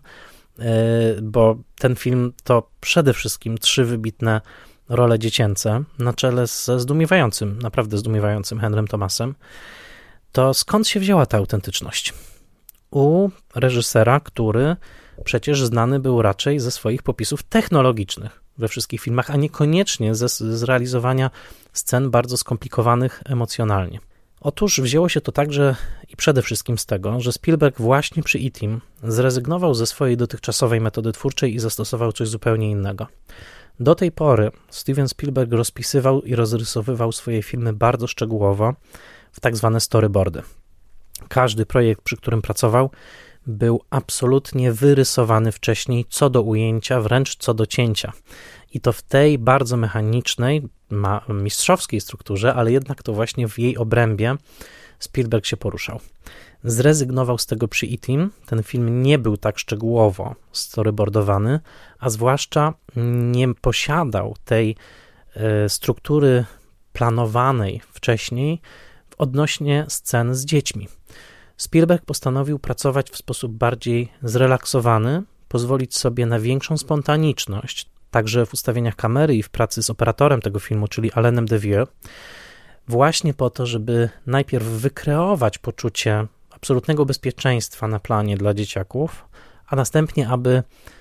bo ten film to przede wszystkim trzy wybitne role dziecięce na czele ze zdumiewającym, naprawdę zdumiewającym Henrym Thomasem, to skąd się wzięła ta autentyczność? U reżysera, który przecież znany był raczej ze swoich popisów technologicznych we wszystkich filmach, a niekoniecznie ze zrealizowania scen bardzo skomplikowanych emocjonalnie. Otóż wzięło się to także i przede wszystkim z tego, że Spielberg właśnie przy Itim zrezygnował ze swojej dotychczasowej metody twórczej i zastosował coś zupełnie innego. Do tej pory Steven Spielberg rozpisywał i rozrysowywał swoje filmy bardzo szczegółowo w tak zwane storyboardy. Każdy projekt, przy którym pracował, był absolutnie wyrysowany wcześniej co do ujęcia, wręcz co do cięcia. I to w tej bardzo mechanicznej, ma mistrzowskiej strukturze, ale jednak to właśnie w jej obrębie Spielberg się poruszał. Zrezygnował z tego przy Itim. Ten film nie był tak szczegółowo storyboardowany, a zwłaszcza nie posiadał tej e, struktury planowanej wcześniej odnośnie scen z dziećmi. Spielberg postanowił pracować w sposób bardziej zrelaksowany, pozwolić sobie na większą spontaniczność, także w ustawieniach kamery i w pracy z operatorem tego filmu, czyli Alainem Devieux, właśnie po to, żeby najpierw wykreować poczucie absolutnego bezpieczeństwa na planie dla dzieciaków, a następnie, aby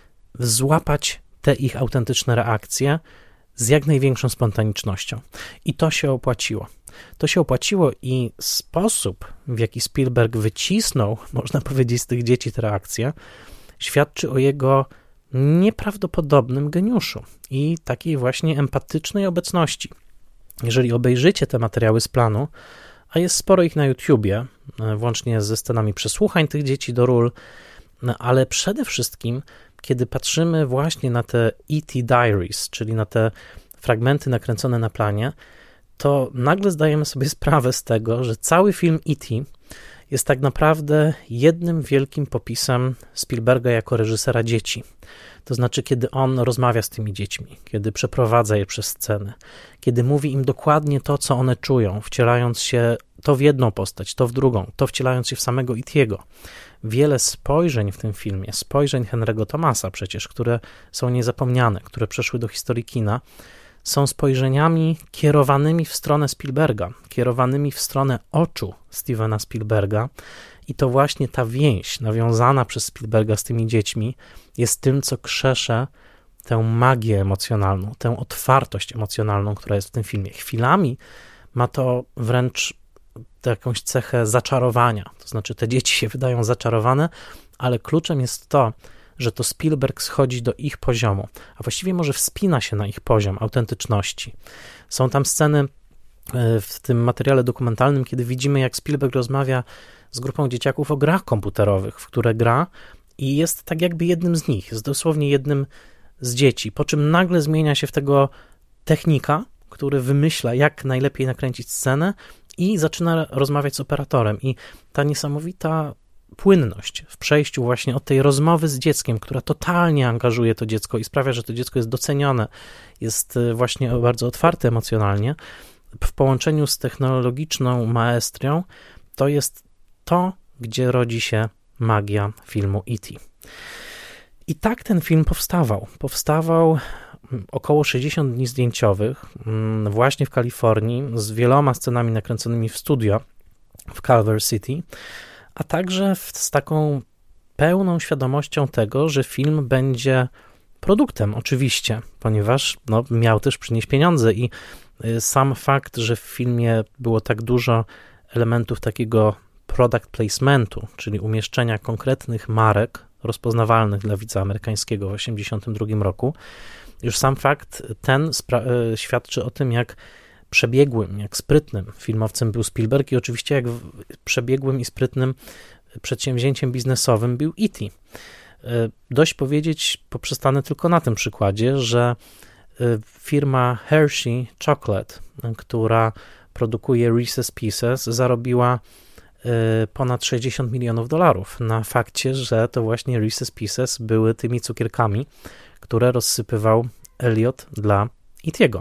złapać te ich autentyczne reakcje z jak największą spontanicznością. I to się opłaciło. To się opłaciło i sposób, w jaki Spielberg wycisnął, można powiedzieć, z tych dzieci te reakcje, świadczy o jego nieprawdopodobnym geniuszu i takiej właśnie empatycznej obecności. Jeżeli obejrzycie te materiały z planu, a jest sporo ich na YouTubie, włącznie ze scenami przesłuchań tych dzieci do ról, ale przede wszystkim, kiedy patrzymy właśnie na te E T Diaries, czyli na te fragmenty nakręcone na planie, to nagle zdajemy sobie sprawę z tego, że cały film E T jest tak naprawdę jednym wielkim popisem Spielberga jako reżysera dzieci. To znaczy, kiedy on rozmawia z tymi dziećmi, kiedy przeprowadza je przez sceny, kiedy mówi im dokładnie to, co one czują, wcielając się to w jedną postać, to w drugą, to wcielając się w samego E T'ego. Wiele spojrzeń w tym filmie, spojrzeń Henry'ego Thomasa przecież, które są niezapomniane, które przeszły do historii kina, są spojrzeniami kierowanymi w stronę Spielberga, kierowanymi w stronę oczu Stevena Spielberga i to właśnie ta więź nawiązana przez Spielberga z tymi dziećmi jest tym, co krzesze tę magię emocjonalną, tę otwartość emocjonalną, która jest w tym filmie. Chwilami ma to wręcz jakąś cechę zaczarowania, to znaczy te dzieci się wydają zaczarowane, ale kluczem jest to, że to Spielberg schodzi do ich poziomu, a właściwie może wspina się na ich poziom autentyczności. Są tam sceny w tym materiale dokumentalnym, kiedy widzimy, jak Spielberg rozmawia z grupą dzieciaków o grach komputerowych, w które gra i jest tak jakby jednym z nich, jest dosłownie jednym z dzieci, po czym nagle zmienia się w tego technika, który wymyśla, jak najlepiej nakręcić scenę i zaczyna rozmawiać z operatorem i ta niesamowita płynność w przejściu właśnie od tej rozmowy z dzieckiem, która totalnie angażuje to dziecko i sprawia, że to dziecko jest docenione, jest właśnie bardzo otwarte emocjonalnie, w połączeniu z technologiczną maestrią, to jest to, gdzie rodzi się magia filmu E T. I tak ten film powstawał. Powstawał około sześćdziesiąt dni zdjęciowych właśnie w Kalifornii z wieloma scenami nakręconymi w studio w Culver City, a także z taką pełną świadomością tego, że film będzie produktem oczywiście, ponieważ no, miał też przynieść pieniądze i sam fakt, że w filmie było tak dużo elementów takiego product placementu, czyli umieszczenia konkretnych marek rozpoznawalnych dla widza amerykańskiego w osiemdziesiątym drugim roku, już sam fakt ten spra- świadczy o tym, jak przebiegłym, jak sprytnym filmowcem był Spielberg i oczywiście jak przebiegłym i sprytnym przedsięwzięciem biznesowym był E T. Dość powiedzieć, poprzestanę tylko na tym przykładzie, że firma Hershey Chocolate, która produkuje Reese's Pieces, zarobiła ponad sześćdziesiąt milionów dolarów na fakcie, że to właśnie Reese's Pieces były tymi cukierkami, które rozsypywał Elliot dla E T'ego.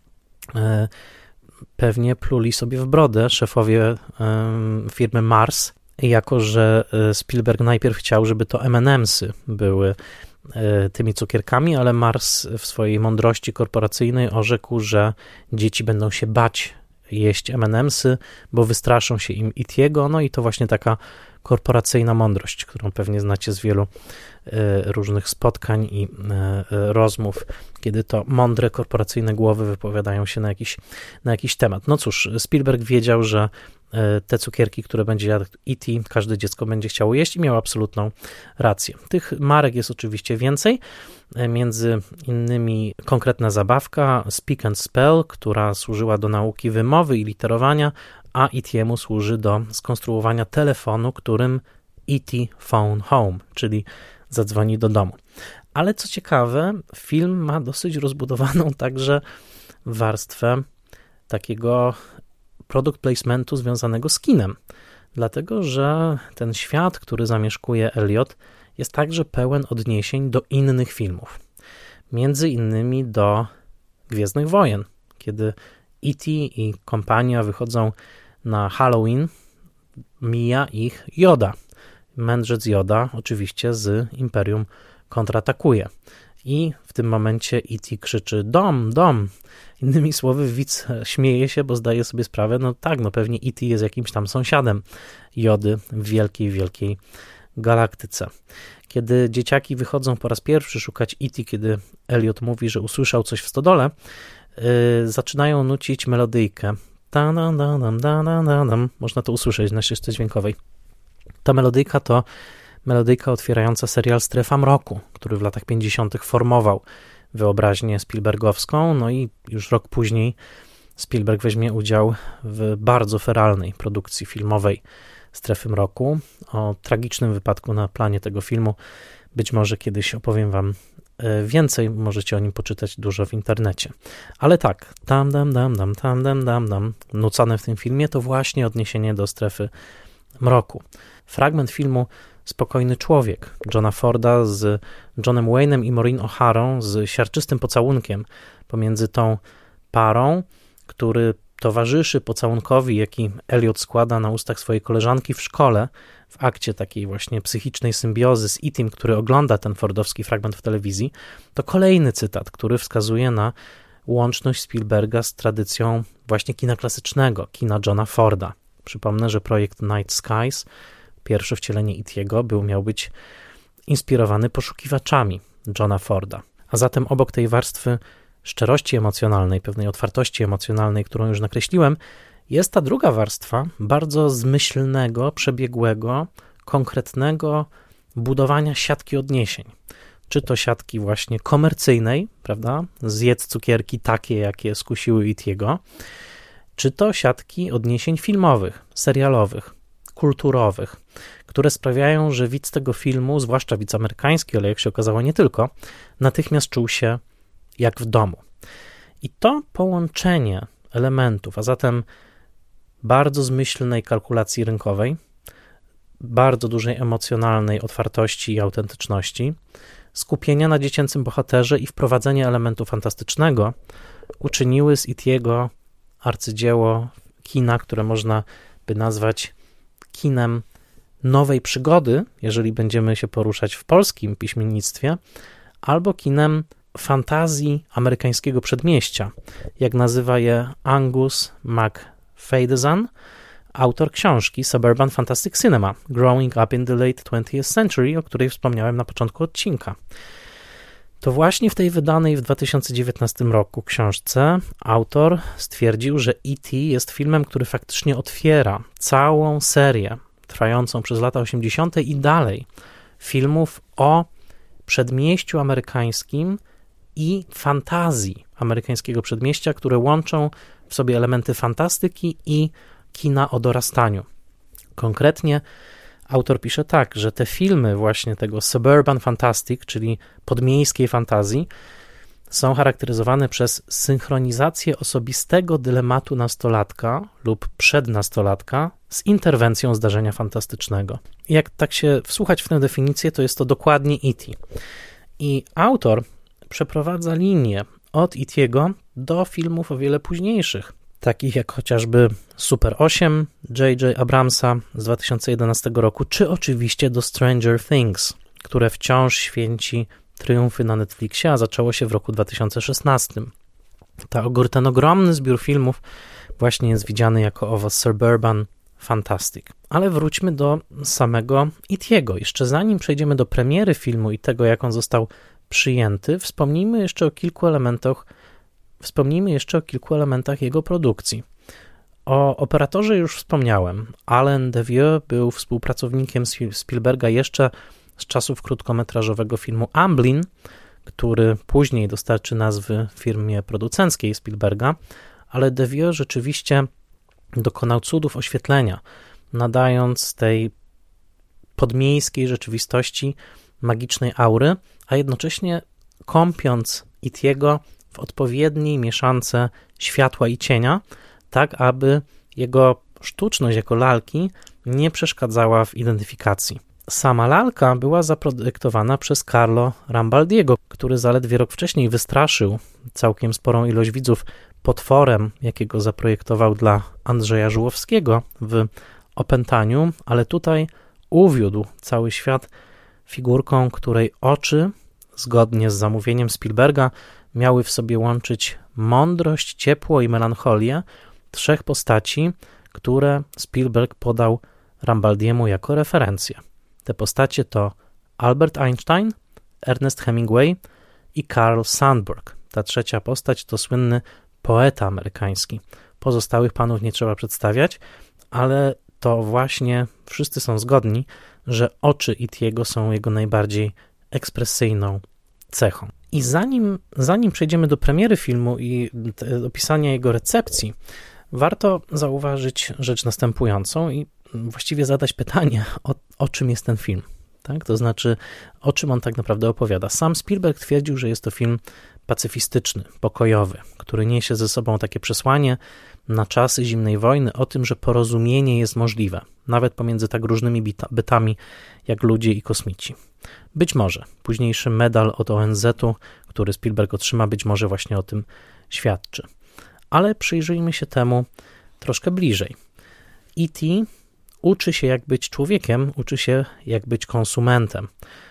Pewnie pluli sobie w brodę szefowie firmy Mars, jako że Spielberg najpierw chciał, żeby to M and M'sy były tymi cukierkami, ale Mars w swojej mądrości korporacyjnej orzekł, że dzieci będą się bać jeść M and M'sy, bo wystraszą się im E T'ego, no i to właśnie taka korporacyjna mądrość, którą pewnie znacie z wielu różnych spotkań i rozmów, kiedy to mądre korporacyjne głowy wypowiadają się na jakiś, na jakiś temat. No cóż, Spielberg wiedział, że te cukierki, które będzie jadł E T, każde dziecko będzie chciało jeść i miał absolutną rację. Tych marek jest oczywiście więcej, między innymi konkretna zabawka Speak and Spell, która służyła do nauki wymowy i literowania, a E T'emu służy do skonstruowania telefonu, którym E T Phone Home, czyli zadzwoni do domu. Ale co ciekawe, film ma dosyć rozbudowaną także warstwę takiego product placementu związanego z kinem, dlatego że ten świat, który zamieszkuje Elliot, jest także pełen odniesień do innych filmów, między innymi do Gwiezdnych Wojen, kiedy E T i kompania wychodzą na Halloween, mija ich Yoda. Mędrzec Yoda oczywiście z Imperium kontratakuje. I w tym momencie E T krzyczy dom, dom. Innymi słowy, widz śmieje się, bo zdaje sobie sprawę, no tak, no pewnie E T jest jakimś tam sąsiadem Jody w wielkiej, wielkiej galaktyce. Kiedy dzieciaki wychodzą po raz pierwszy szukać E T, kiedy Elliot mówi, że usłyszał coś w stodole, yy, zaczynają nucić melodyjkę. Ta-dam-dam-dam-dam-dam. Można to usłyszeć na ścieżce dźwiękowej. Ta melodyjka to melodyjka otwierająca serial Strefa Mroku, który w latach pięćdziesiątych formował wyobraźnię Spielbergowską, no i już rok później Spielberg weźmie udział w bardzo feralnej produkcji filmowej Strefy Mroku. O tragicznym wypadku na planie tego filmu być może kiedyś opowiem wam więcej, możecie o nim poczytać dużo w internecie. Ale tak, tam dam dam dam tam dam dam dam nucane w tym filmie to właśnie odniesienie do Strefy Mroku. Fragment filmu Spokojny człowiek Johna Forda z Johnem Wayne'em i Maureen O'Harą z siarczystym pocałunkiem pomiędzy tą parą, który towarzyszy pocałunkowi, jaki Elliot składa na ustach swojej koleżanki w szkole, w akcie takiej właśnie psychicznej symbiozy z E-Team, który ogląda ten fordowski fragment w telewizji, to kolejny cytat, który wskazuje na łączność Spielberga z tradycją właśnie kina klasycznego, kina Johna Forda. Przypomnę, że projekt Night Skies, pierwsze wcielenie E.T.'ego, był, miał być inspirowany poszukiwaczami Johna Forda. A zatem obok tej warstwy szczerości emocjonalnej, pewnej otwartości emocjonalnej, którą już nakreśliłem, jest ta druga warstwa bardzo zmyślnego, przebiegłego, konkretnego budowania siatki odniesień. Czy to siatki właśnie komercyjnej, prawda, zjedz cukierki takie, jakie skusiły E.T.'ego, czy to siatki odniesień filmowych, serialowych, kulturowych, które sprawiają, że widz tego filmu, zwłaszcza widz amerykański, ale jak się okazało nie tylko, natychmiast czuł się jak w domu. I to połączenie elementów, a zatem bardzo zmyślnej kalkulacji rynkowej, bardzo dużej emocjonalnej otwartości i autentyczności, skupienia na dziecięcym bohaterze i wprowadzenie elementu fantastycznego uczyniły z E.T.'ego arcydzieło kina, które można by nazwać kinem nowej przygody, jeżeli będziemy się poruszać w polskim piśmiennictwie, albo kinem fantazji amerykańskiego przedmieścia, jak nazywa je Angus MacFadyen, autor książki Suburban Fantastic Cinema, Growing Up in the Late twentieth Century, o której wspomniałem na początku odcinka. To właśnie w tej wydanej w dwa tysiące dziewiętnastym roku książce autor stwierdził, że E T jest filmem, który faktycznie otwiera całą serię trwającą przez lata osiemdziesiąte i dalej filmów o przedmieściu amerykańskim i fantazji amerykańskiego przedmieścia, które łączą w sobie elementy fantastyki i kina o dorastaniu. Konkretnie autor pisze tak, że te filmy właśnie tego suburban fantastic, czyli podmiejskiej fantazji, są charakteryzowane przez synchronizację osobistego dylematu nastolatka lub przednastolatka z interwencją zdarzenia fantastycznego. I jak tak się wsłuchać w tę definicję, to jest to dokładnie E T. I autor przeprowadza linię od E.T.'ego do filmów o wiele późniejszych, takich jak chociażby Super osiem J J Abramsa z dwa tysiące jedenastego roku, czy oczywiście do Stranger Things, które wciąż święci triumfy na Netflixie, a zaczęło się w roku dwa tysiące szesnastym. Ta, ten ogromny zbiór filmów właśnie jest widziany jako owo suburban fantastic. Ale wróćmy do samego E.T.'ego. Jeszcze zanim przejdziemy do premiery filmu i tego, jak on został przyjęty, wspomnijmy jeszcze o kilku elementach Wspomnijmy jeszcze o kilku elementach jego produkcji. O operatorze już wspomniałem. Alain Devieux był współpracownikiem Spielberga jeszcze z czasów krótkometrażowego filmu Amblin, który później dostarczy nazwy firmie producenckiej Spielberga, ale Devieux rzeczywiście dokonał cudów oświetlenia, nadając tej podmiejskiej rzeczywistości magicznej aury, a jednocześnie kąpiąc E.T.'ego w odpowiedniej mieszance światła i cienia, tak aby jego sztuczność jako lalki nie przeszkadzała w identyfikacji. Sama lalka była zaprojektowana przez Carlo Rambaldiego, który zaledwie rok wcześniej wystraszył całkiem sporą ilość widzów potworem, jakiego zaprojektował dla Andrzeja Żułowskiego w Opętaniu, ale tutaj uwiódł cały świat figurką, której oczy, zgodnie z zamówieniem Spielberga, miały w sobie łączyć mądrość, ciepło i melancholię trzech postaci, które Spielberg podał Rambaldiemu jako referencję. Te postacie to Albert Einstein, Ernest Hemingway i Carl Sandburg. Ta trzecia postać to słynny poeta amerykański. Pozostałych panów nie trzeba przedstawiać, ale to właśnie wszyscy są zgodni, że oczy E T'ego są jego najbardziej ekspresyjną cechą. I zanim, zanim przejdziemy do premiery filmu i te, opisania jego recepcji, warto zauważyć rzecz następującą i właściwie zadać pytanie, o, o czym jest ten film. Tak? To znaczy, o czym on tak naprawdę opowiada. Sam Spielberg twierdził, że jest to film pacyfistyczny, pokojowy, który niesie ze sobą takie przesłanie na czasy zimnej wojny o tym, że porozumienie jest możliwe, nawet pomiędzy tak różnymi bytami jak ludzie i kosmici. Być może późniejszy medal od O N Z-u, który Spielberg otrzyma, być może właśnie o tym świadczy. Ale przyjrzyjmy się temu troszkę bliżej. E T uczy się, jak być człowiekiem, uczy się, jak być konsumentem.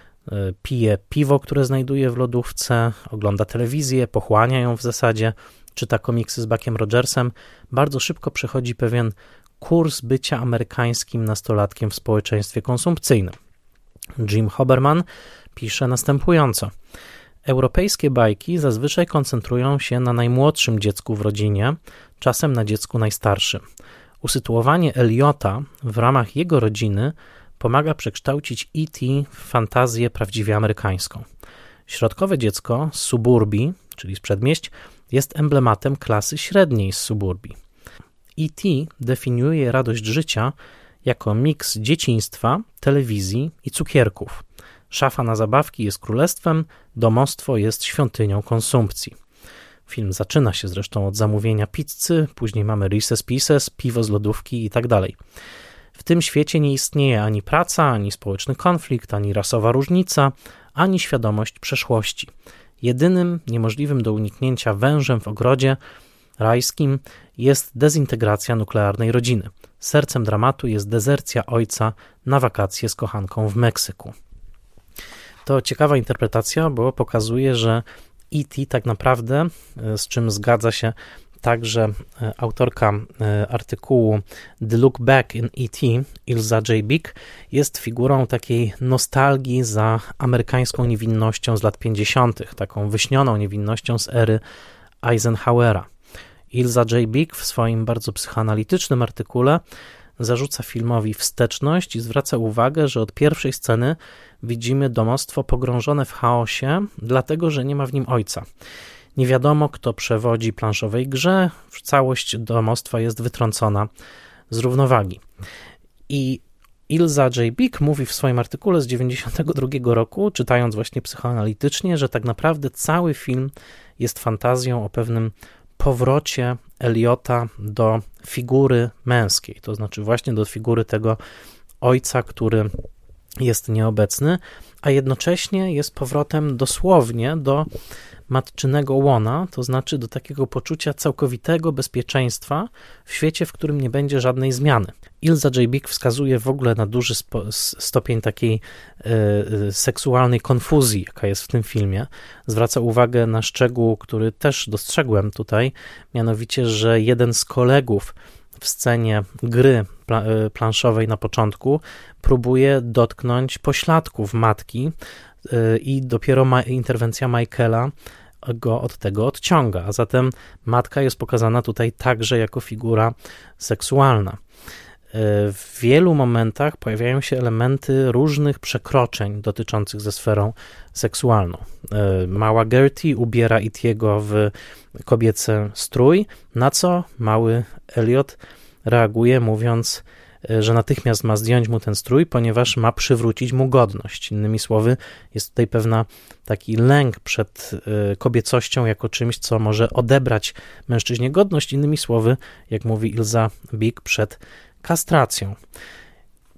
Pije piwo, które znajduje w lodówce, ogląda telewizję, pochłania ją w zasadzie, czyta komiksy z Buckiem Rogersem. Bardzo szybko przechodzi pewien kurs bycia amerykańskim nastolatkiem w społeczeństwie konsumpcyjnym. Jim Hoberman pisze następująco. Europejskie bajki zazwyczaj koncentrują się na najmłodszym dziecku w rodzinie, czasem na dziecku najstarszym. Usytuowanie Eliota w ramach jego rodziny pomaga przekształcić E T w fantazję prawdziwie amerykańską. Środkowe dziecko z suburbii, czyli z przedmieść, jest emblematem klasy średniej z suburbii. E T definiuje radość życia jako miks dzieciństwa, telewizji i cukierków. Szafa na zabawki jest królestwem, domostwo jest świątynią konsumpcji. Film zaczyna się zresztą od zamówienia pizzy, później mamy Reese's Pieces, piwo z lodówki i tak dalej. W tym świecie nie istnieje ani praca, ani społeczny konflikt, ani rasowa różnica, ani świadomość przeszłości. Jedynym niemożliwym do uniknięcia wężem w ogrodzie rajskim jest dezintegracja nuklearnej rodziny. Sercem dramatu jest dezercja ojca na wakacje z kochanką w Meksyku. To ciekawa interpretacja, bo pokazuje, że E T tak naprawdę, z czym zgadza się także autorka artykułu The Look Back in E T, Ilza J. Bick, jest figurą takiej nostalgii za amerykańską niewinnością z lat pięćdziesiątych, taką wyśnioną niewinnością z ery Eisenhowera. Ilza J. Bick w swoim bardzo psychoanalitycznym artykule zarzuca filmowi wsteczność i zwraca uwagę, że od pierwszej sceny widzimy domostwo pogrążone w chaosie, dlatego że nie ma w nim ojca. Nie wiadomo, kto przewodzi planszowej grze, całość domostwa jest wytrącona z równowagi. I Ilza J. Bick mówi w swoim artykule z dziewięćdziesiątego drugiego roku, czytając właśnie psychoanalitycznie, że tak naprawdę cały film jest fantazją o pewnym powrocie Eliota do figury męskiej, to znaczy właśnie do figury tego ojca, który jest nieobecny, a jednocześnie jest powrotem dosłownie do matczynego łona, to znaczy do takiego poczucia całkowitego bezpieczeństwa w świecie, w którym nie będzie żadnej zmiany. Ilza J. Bick wskazuje w ogóle na duży spo, stopień takiej y, seksualnej konfuzji, jaka jest w tym filmie. Zwraca uwagę na szczegół, który też dostrzegłem tutaj, mianowicie, że jeden z kolegów w scenie gry pla- planszowej na początku próbuje dotknąć pośladków matki y, i dopiero ma- interwencja Michaela go od tego odciąga, a zatem matka jest pokazana tutaj także jako figura seksualna. W wielu momentach pojawiają się elementy różnych przekroczeń dotyczących ze sferą seksualną. Mała Gertie ubiera Itiego w kobiecy strój, na co mały Elliot reaguje, mówiąc, że natychmiast ma zdjąć mu ten strój, ponieważ ma przywrócić mu godność. Innymi słowy, jest tutaj pewna taki lęk przed kobiecością jako czymś, co może odebrać mężczyźnie godność. Innymi słowy, jak mówi Ilza Bick, przed kastracją.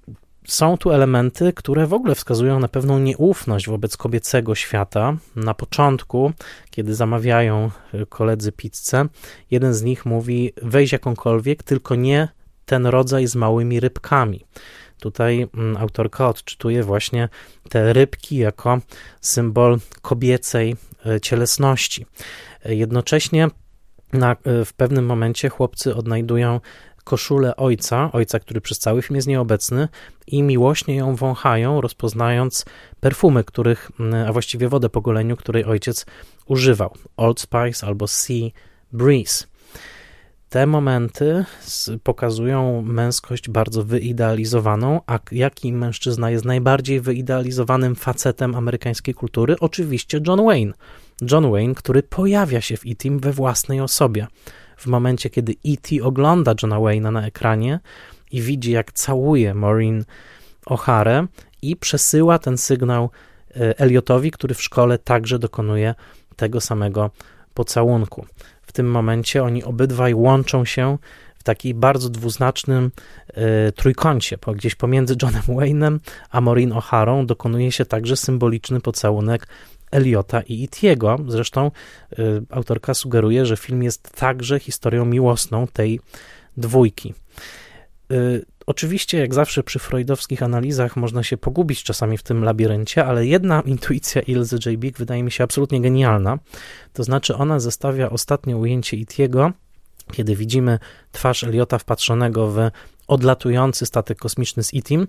Są tu elementy, które w ogóle wskazują na pewną nieufność wobec kobiecego świata. Na początku, kiedy zamawiają koledzy pizzę, jeden z nich mówi: weź jakąkolwiek, tylko nie ten rodzaj z małymi rybkami. Tutaj autorka odczytuje właśnie te rybki jako symbol kobiecej cielesności. Jednocześnie na, w pewnym momencie chłopcy odnajdują koszulę ojca, ojca, który przez cały film jest nieobecny, i miłośnie ją wąchają, rozpoznając perfumy, których, a właściwie wodę po goleniu, której ojciec używał. Old Spice albo Sea Breeze. Te momenty pokazują męskość bardzo wyidealizowaną, a jaki mężczyzna jest najbardziej wyidealizowanym facetem amerykańskiej kultury? Oczywiście John Wayne. John Wayne, który pojawia się w E T we własnej osobie. W momencie, kiedy E T ogląda Johna Wayne'a na ekranie i widzi, jak całuje Maureen O'Harę i przesyła ten sygnał Elliotowi, który w szkole także dokonuje tego samego pocałunku. W tym momencie oni obydwaj łączą się w takiej bardzo dwuznacznym y, trójkącie. Po, gdzieś pomiędzy Johnem Wayne'em a Maureen O'Harą dokonuje się także symboliczny pocałunek Elliota i E T'ego. Zresztą y, autorka sugeruje, że film jest także historią miłosną tej dwójki. Y, oczywiście, jak zawsze przy freudowskich analizach można się pogubić czasami w tym labiryncie, ale jedna intuicja Ilzy J. Big wydaje mi się absolutnie genialna. To znaczy ona zestawia ostatnie ujęcie E T'ego, kiedy widzimy twarz Elliota wpatrzonego w odlatujący statek kosmiczny z E T'im.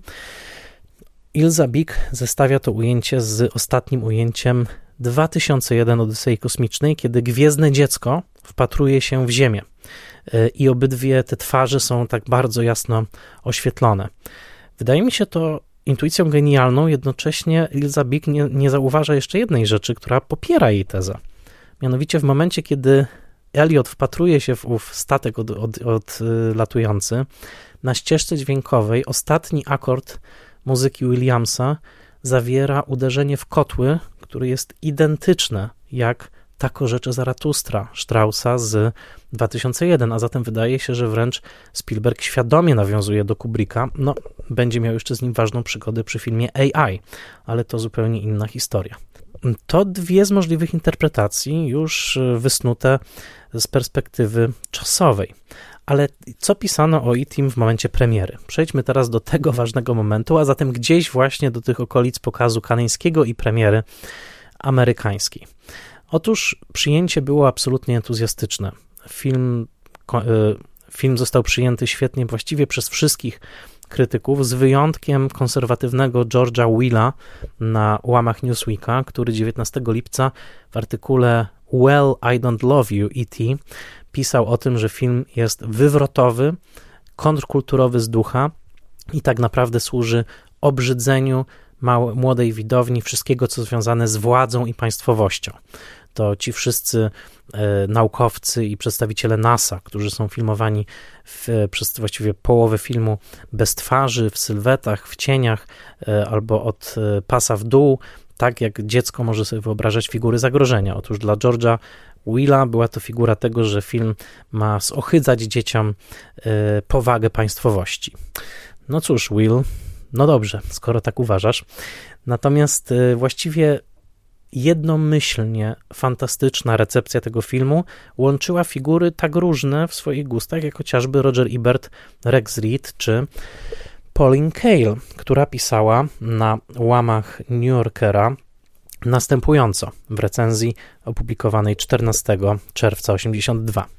Ilza Big zestawia to ujęcie z ostatnim ujęciem dwa tysiące jeden Odysei Kosmicznej, kiedy gwiezdne dziecko wpatruje się w Ziemię i obydwie te twarze są tak bardzo jasno oświetlone. Wydaje mi się to intuicją genialną, jednocześnie Ilza Big nie, nie zauważa jeszcze jednej rzeczy, która popiera jej tezę. Mianowicie w momencie, kiedy Elliot wpatruje się w ów statek od, od, odlatujący, na ścieżce dźwiękowej ostatni akord muzyki Williamsa zawiera uderzenie w kotły, które jest identyczne jak Tak orzecze Zaratustra Straussa z dwa tysiące jeden, a zatem wydaje się, że wręcz Spielberg świadomie nawiązuje do Kubricka. No, będzie miał jeszcze z nim ważną przygodę przy filmie A I, ale to zupełnie inna historia. To dwie z możliwych interpretacji już wysnute z perspektywy czasowej. Ale co pisano o E T w momencie premiery? Przejdźmy teraz do tego ważnego momentu, a zatem gdzieś właśnie do tych okolic pokazu kanańskiego i premiery amerykańskiej. Otóż przyjęcie było absolutnie entuzjastyczne. Film, film został przyjęty świetnie właściwie przez wszystkich krytyków, z wyjątkiem konserwatywnego George'a Willa na łamach Newsweeka, który dziewiętnastego lipca w artykule Well, I Don't Love You, E T pisał o tym, że film jest wywrotowy, kontrkulturowy z ducha i tak naprawdę służy obrzydzeniu małej, młodej widowni wszystkiego, co związane z władzą i państwowością. To ci wszyscy e, naukowcy i przedstawiciele NASA, którzy są filmowani w, przez właściwie połowę filmu bez twarzy, w sylwetach, w cieniach e, albo od e, pasa w dół, tak jak dziecko może sobie wyobrażać figury zagrożenia. Otóż dla George'a Willa była to figura tego, że film ma zohydzać dzieciom e, powagę państwowości. No cóż, Will, no dobrze, skoro tak uważasz. Natomiast e, właściwie jednomyślnie fantastyczna recepcja tego filmu łączyła figury tak różne w swoich gustach, jak chociażby Roger Ebert, Rex Reed czy Pauline Kael, która pisała na łamach New Yorkera następująco w recenzji opublikowanej czternastego czerwca osiemdziesiątego drugiego.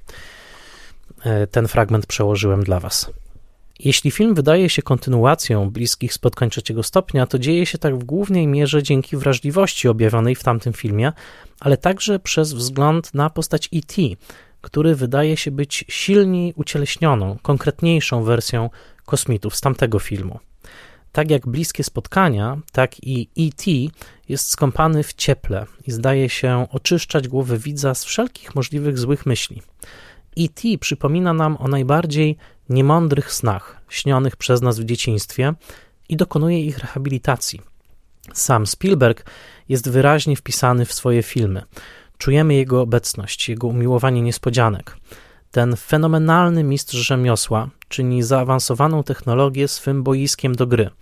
Ten fragment przełożyłem dla Was. Jeśli film wydaje się kontynuacją Bliskich Spotkań Trzeciego Stopnia, to dzieje się tak w głównej mierze dzięki wrażliwości objawionej w tamtym filmie, ale także przez wzgląd na postać E T, który wydaje się być silniej ucieleśnioną, konkretniejszą wersją kosmitów z tamtego filmu. Tak jak Bliskie Spotkania, tak i E T jest skąpany w cieple i zdaje się oczyszczać głowę widza z wszelkich możliwych złych myśli. E T przypomina nam o najbardziej niemądrych snach, śnionych przez nas w dzieciństwie i dokonuje ich rehabilitacji. Sam Spielberg jest wyraźnie wpisany w swoje filmy. Czujemy jego obecność, jego umiłowanie niespodzianek. Ten fenomenalny mistrz rzemiosła czyni zaawansowaną technologię swym boiskiem do gry,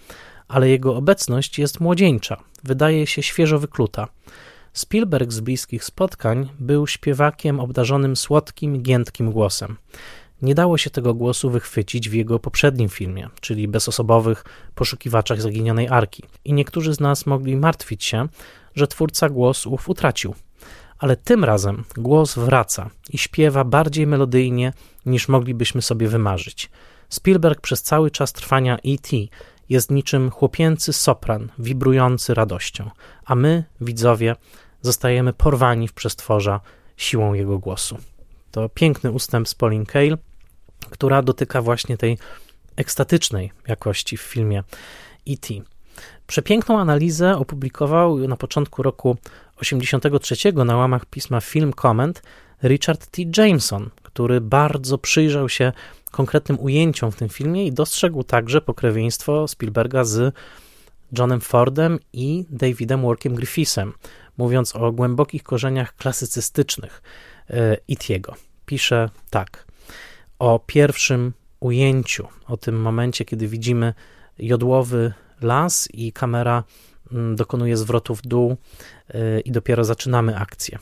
ale jego obecność jest młodzieńcza, wydaje się świeżo wykluta. Spielberg z bliskich spotkań był śpiewakiem obdarzonym słodkim, giętkim głosem. Nie dało się tego głosu wychwycić w jego poprzednim filmie, czyli bezosobowych poszukiwaczach zaginionej arki. I niektórzy z nas mogli martwić się, że twórca głos ów utracił. Ale tym razem głos wraca i śpiewa bardziej melodyjnie, niż moglibyśmy sobie wymarzyć. Spielberg przez cały czas trwania E T jest niczym chłopięcy sopran, wibrujący radością, a my, widzowie, zostajemy porwani w przestworza siłą jego głosu. To piękny ustęp z Pauline Kael, która dotyka właśnie tej ekstatycznej jakości w filmie E T Przepiękną analizę opublikował na początku roku osiemdziesiątego trzeciego na łamach pisma Film Comment Richard T. Jameson, który bardzo przyjrzał się konkretnym ujęciom w tym filmie i dostrzegł także pokrewieństwo Spielberga z Johnem Fordem i Davidem Warkiem Griffithem, mówiąc o głębokich korzeniach klasycystycznych E T'ego. Pisze tak: o pierwszym ujęciu, o tym momencie, kiedy widzimy jodłowy las i kamera dokonuje zwrotu w dół i dopiero zaczynamy akcję.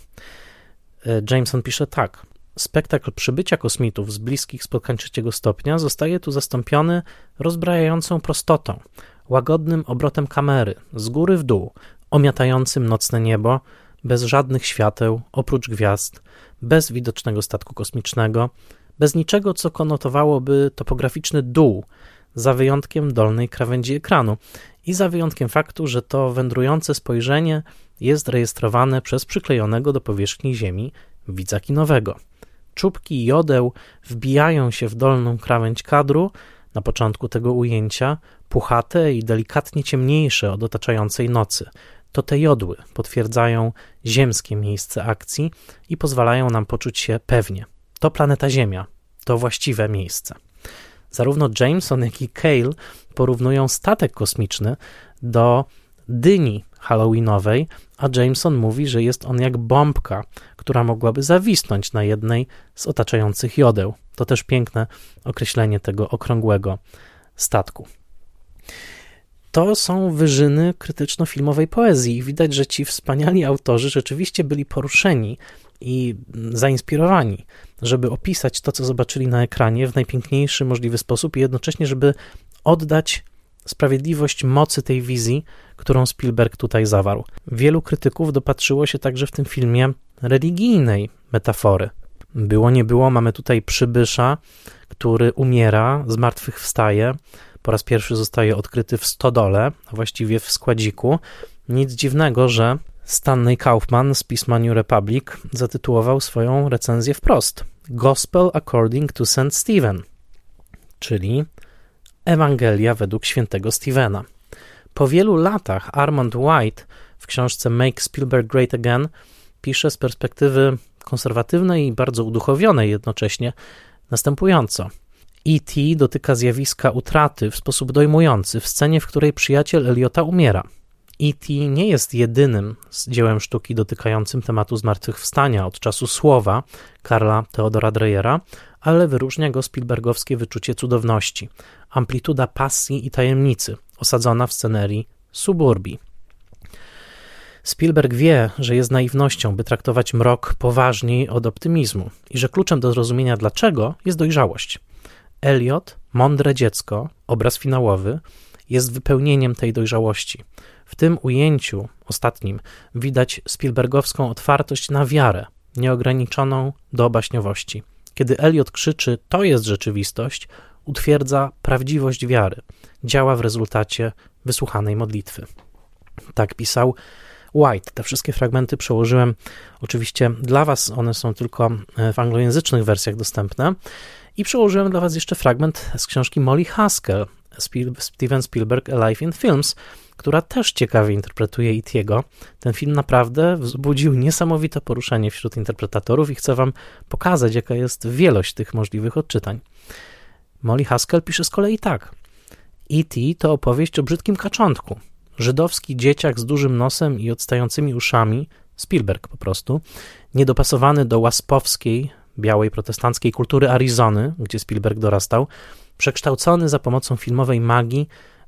Jameson pisze tak: spektakl przybycia kosmitów z bliskich spotkań trzeciego stopnia zostaje tu zastąpiony rozbrajającą prostotą, łagodnym obrotem kamery, z góry w dół, omiatającym nocne niebo, bez żadnych świateł, oprócz gwiazd, bez widocznego statku kosmicznego, bez niczego, co konotowałoby topograficzny dół, za wyjątkiem dolnej krawędzi ekranu i za wyjątkiem faktu, że to wędrujące spojrzenie jest rejestrowane przez przyklejonego do powierzchni Ziemi widza kinowego. Czubki jodeł wbijają się w dolną krawędź kadru na początku tego ujęcia, puchate i delikatnie ciemniejsze od otaczającej nocy. To te jodły potwierdzają ziemskie miejsce akcji i pozwalają nam poczuć się pewnie. To planeta Ziemia, to właściwe miejsce. Zarówno Jameson, jak i Kael porównują statek kosmiczny do dyni halloweenowej, a Jameson mówi, że jest on jak bombka, która mogłaby zawisnąć na jednej z otaczających jodeł. To też piękne określenie tego okrągłego statku. To są wyżyny krytyczno-filmowej poezji i widać, że ci wspaniali autorzy rzeczywiście byli poruszeni i zainspirowani, żeby opisać to, co zobaczyli na ekranie w najpiękniejszy możliwy sposób i jednocześnie, żeby oddać sprawiedliwość mocy tej wizji, którą Spielberg tutaj zawarł. Wielu krytyków dopatrzyło się także w tym filmie religijnej metafory. Było nie było, mamy tutaj przybysza, który umiera, zmartwychwstaje, po raz pierwszy zostaje odkryty w stodole, a właściwie w składziku. Nic dziwnego, że Stanley Kaufman z pisma New Republic zatytułował swoją recenzję wprost: Gospel According to Saint Stephen, czyli Ewangelia według świętego Stephena. Po wielu latach Armand White w książce Make Spielberg Great Again pisze z perspektywy konserwatywnej i bardzo uduchowionej jednocześnie następująco. E T dotyka zjawiska utraty w sposób dojmujący w scenie, w której przyjaciel Eliota umiera. E T nie jest jedynym z dziełem sztuki dotykającym tematu zmartwychwstania od czasu Słowa Karla Theodora Dreyera, ale wyróżnia go Spielbergowskie wyczucie cudowności, amplituda pasji i tajemnicy, osadzona w scenerii suburbii. Spielberg wie, że jest naiwnością, by traktować mrok poważniej od optymizmu i że kluczem do zrozumienia dlaczego jest dojrzałość. Eliot, mądre dziecko, obraz finałowy, jest wypełnieniem tej dojrzałości. W tym ujęciu ostatnim widać Spielbergowską otwartość na wiarę, nieograniczoną do baśniowości. Kiedy Eliot krzyczy, to jest rzeczywistość, utwierdza prawdziwość wiary. Działa w rezultacie wysłuchanej modlitwy. Tak pisał White. Te wszystkie fragmenty przełożyłem oczywiście dla Was, one są tylko w anglojęzycznych wersjach dostępne. I przełożyłem dla Was jeszcze fragment z książki Molly Haskell, Steven Spielberg Alive in Films, która też ciekawie interpretuje E T'ego. Ten film naprawdę wzbudził niesamowite poruszenie wśród interpretatorów i chcę Wam pokazać, jaka jest wielość tych możliwych odczytań. Molly Haskell pisze z kolei tak. E T to opowieść o brzydkim kaczątku. Żydowski dzieciak z dużym nosem i odstającymi uszami, Spielberg po prostu, niedopasowany do łaspowskiej, białej protestanckiej kultury Arizony, gdzie Spielberg dorastał, przekształcony za pomocą filmowej magii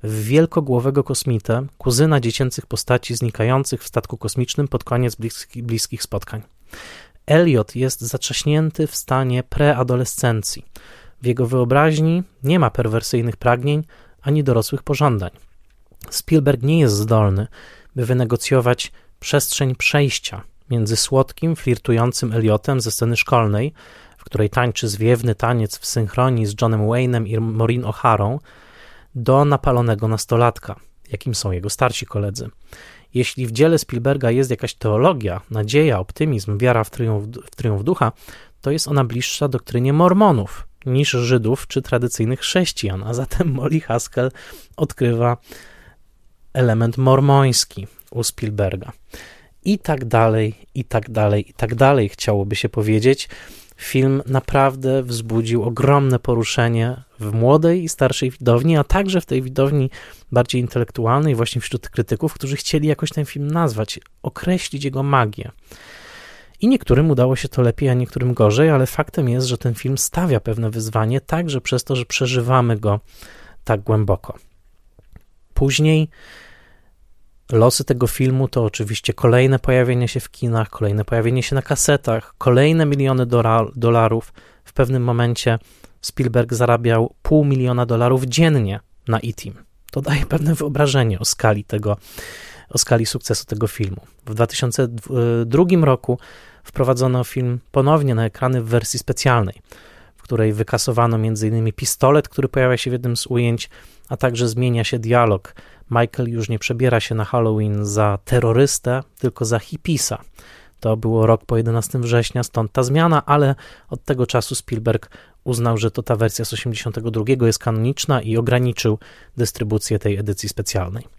w wielkogłowego kosmitę, kuzyna dziecięcych postaci znikających w statku kosmicznym pod koniec bliskich, bliskich spotkań. Elliot jest zatrzaśnięty w stanie preadolescencji. W jego wyobraźni nie ma perwersyjnych pragnień ani dorosłych pożądań. Spielberg nie jest zdolny, by wynegocjować przestrzeń przejścia między słodkim, flirtującym Elliotem ze sceny szkolnej, w której tańczy zwiewny taniec w synchronii z Johnem Wayne'em i Maureen O'Harą, do napalonego nastolatka, jakim są jego starsi koledzy. Jeśli w dziele Spielberga jest jakaś teologia, nadzieja, optymizm, wiara w triumf, w triumf ducha, to jest ona bliższa doktrynie mormonów niż Żydów czy tradycyjnych chrześcijan, a zatem Molly Haskell odkrywa element mormoński u Spielberga. I tak dalej, i tak dalej, i tak dalej chciałoby się powiedzieć. Film naprawdę wzbudził ogromne poruszenie w młodej i starszej widowni, a także w tej widowni bardziej intelektualnej, właśnie wśród krytyków, którzy chcieli jakoś ten film nazwać, określić jego magię. I niektórym udało się to lepiej, a niektórym gorzej, ale faktem jest, że ten film stawia pewne wyzwanie, także przez to, że przeżywamy go tak głęboko. Później losy tego filmu to oczywiście kolejne pojawienie się w kinach, kolejne pojawienie się na kasetach, kolejne miliony dolar, dolarów. W pewnym momencie Spielberg zarabiał pół miliona dolarów dziennie na E-Team. To daje pewne wyobrażenie o skali tego, o skali sukcesu tego filmu. W dwa tysiące drugim roku wprowadzono film ponownie na ekrany w wersji specjalnej, w której wykasowano między innymi pistolet, który pojawia się w jednym z ujęć, a także zmienia się dialog. Michael już nie przebiera się na Halloween za terrorystę, tylko za hipisa. To było rok po jedenastego września, stąd ta zmiana, ale od tego czasu Spielberg uznał, że to ta wersja z osiemdziesiątego drugiego jest kanoniczna i ograniczył dystrybucję tej edycji specjalnej.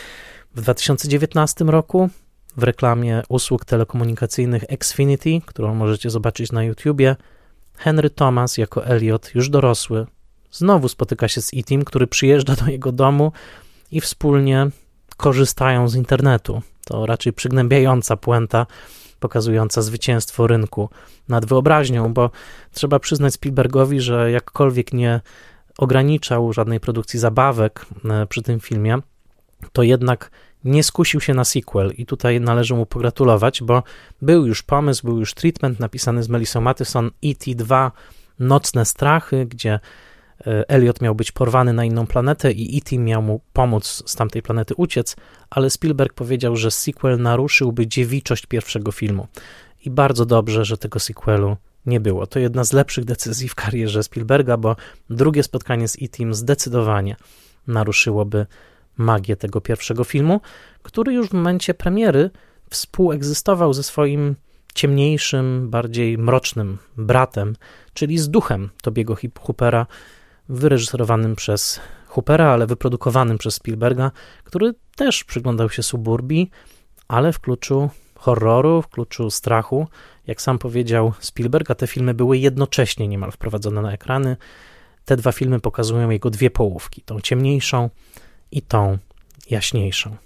W dwa tysiące dziewiętnastym roku w reklamie usług telekomunikacyjnych Xfinity, którą możecie zobaczyć na YouTubie, Henry Thomas jako Elliot, już dorosły, znowu spotyka się z E-Team, który przyjeżdża do jego domu i wspólnie korzystają z internetu. To raczej przygnębiająca puenta, pokazująca zwycięstwo rynku nad wyobraźnią, bo trzeba przyznać Spielbergowi, że jakkolwiek nie ograniczał żadnej produkcji zabawek przy tym filmie, to jednak nie skusił się na sequel i tutaj należy mu pogratulować, bo był już pomysł, był już treatment napisany z Melissą Matheson, E T dwa, Nocne strachy, gdzie Elliot miał być porwany na inną planetę i E T miał mu pomóc z tamtej planety uciec, ale Spielberg powiedział, że sequel naruszyłby dziewiczość pierwszego filmu. I bardzo dobrze, że tego sequelu nie było. To jedna z lepszych decyzji w karierze Spielberga, bo drugie spotkanie z E-Team zdecydowanie naruszyłoby magię tego pierwszego filmu, który już w momencie premiery współegzystował ze swoim ciemniejszym, bardziej mrocznym bratem, czyli z duchem Tobiego Hoopera, wyreżyserowanym przez Hoopera, ale wyprodukowanym przez Spielberga, który też przyglądał się suburbii, ale w kluczu horroru, w kluczu strachu. Jak sam powiedział Spielberg, a te filmy były jednocześnie niemal wprowadzone na ekrany. Te dwa filmy pokazują jego dwie połówki, tą ciemniejszą i tą jaśniejszą.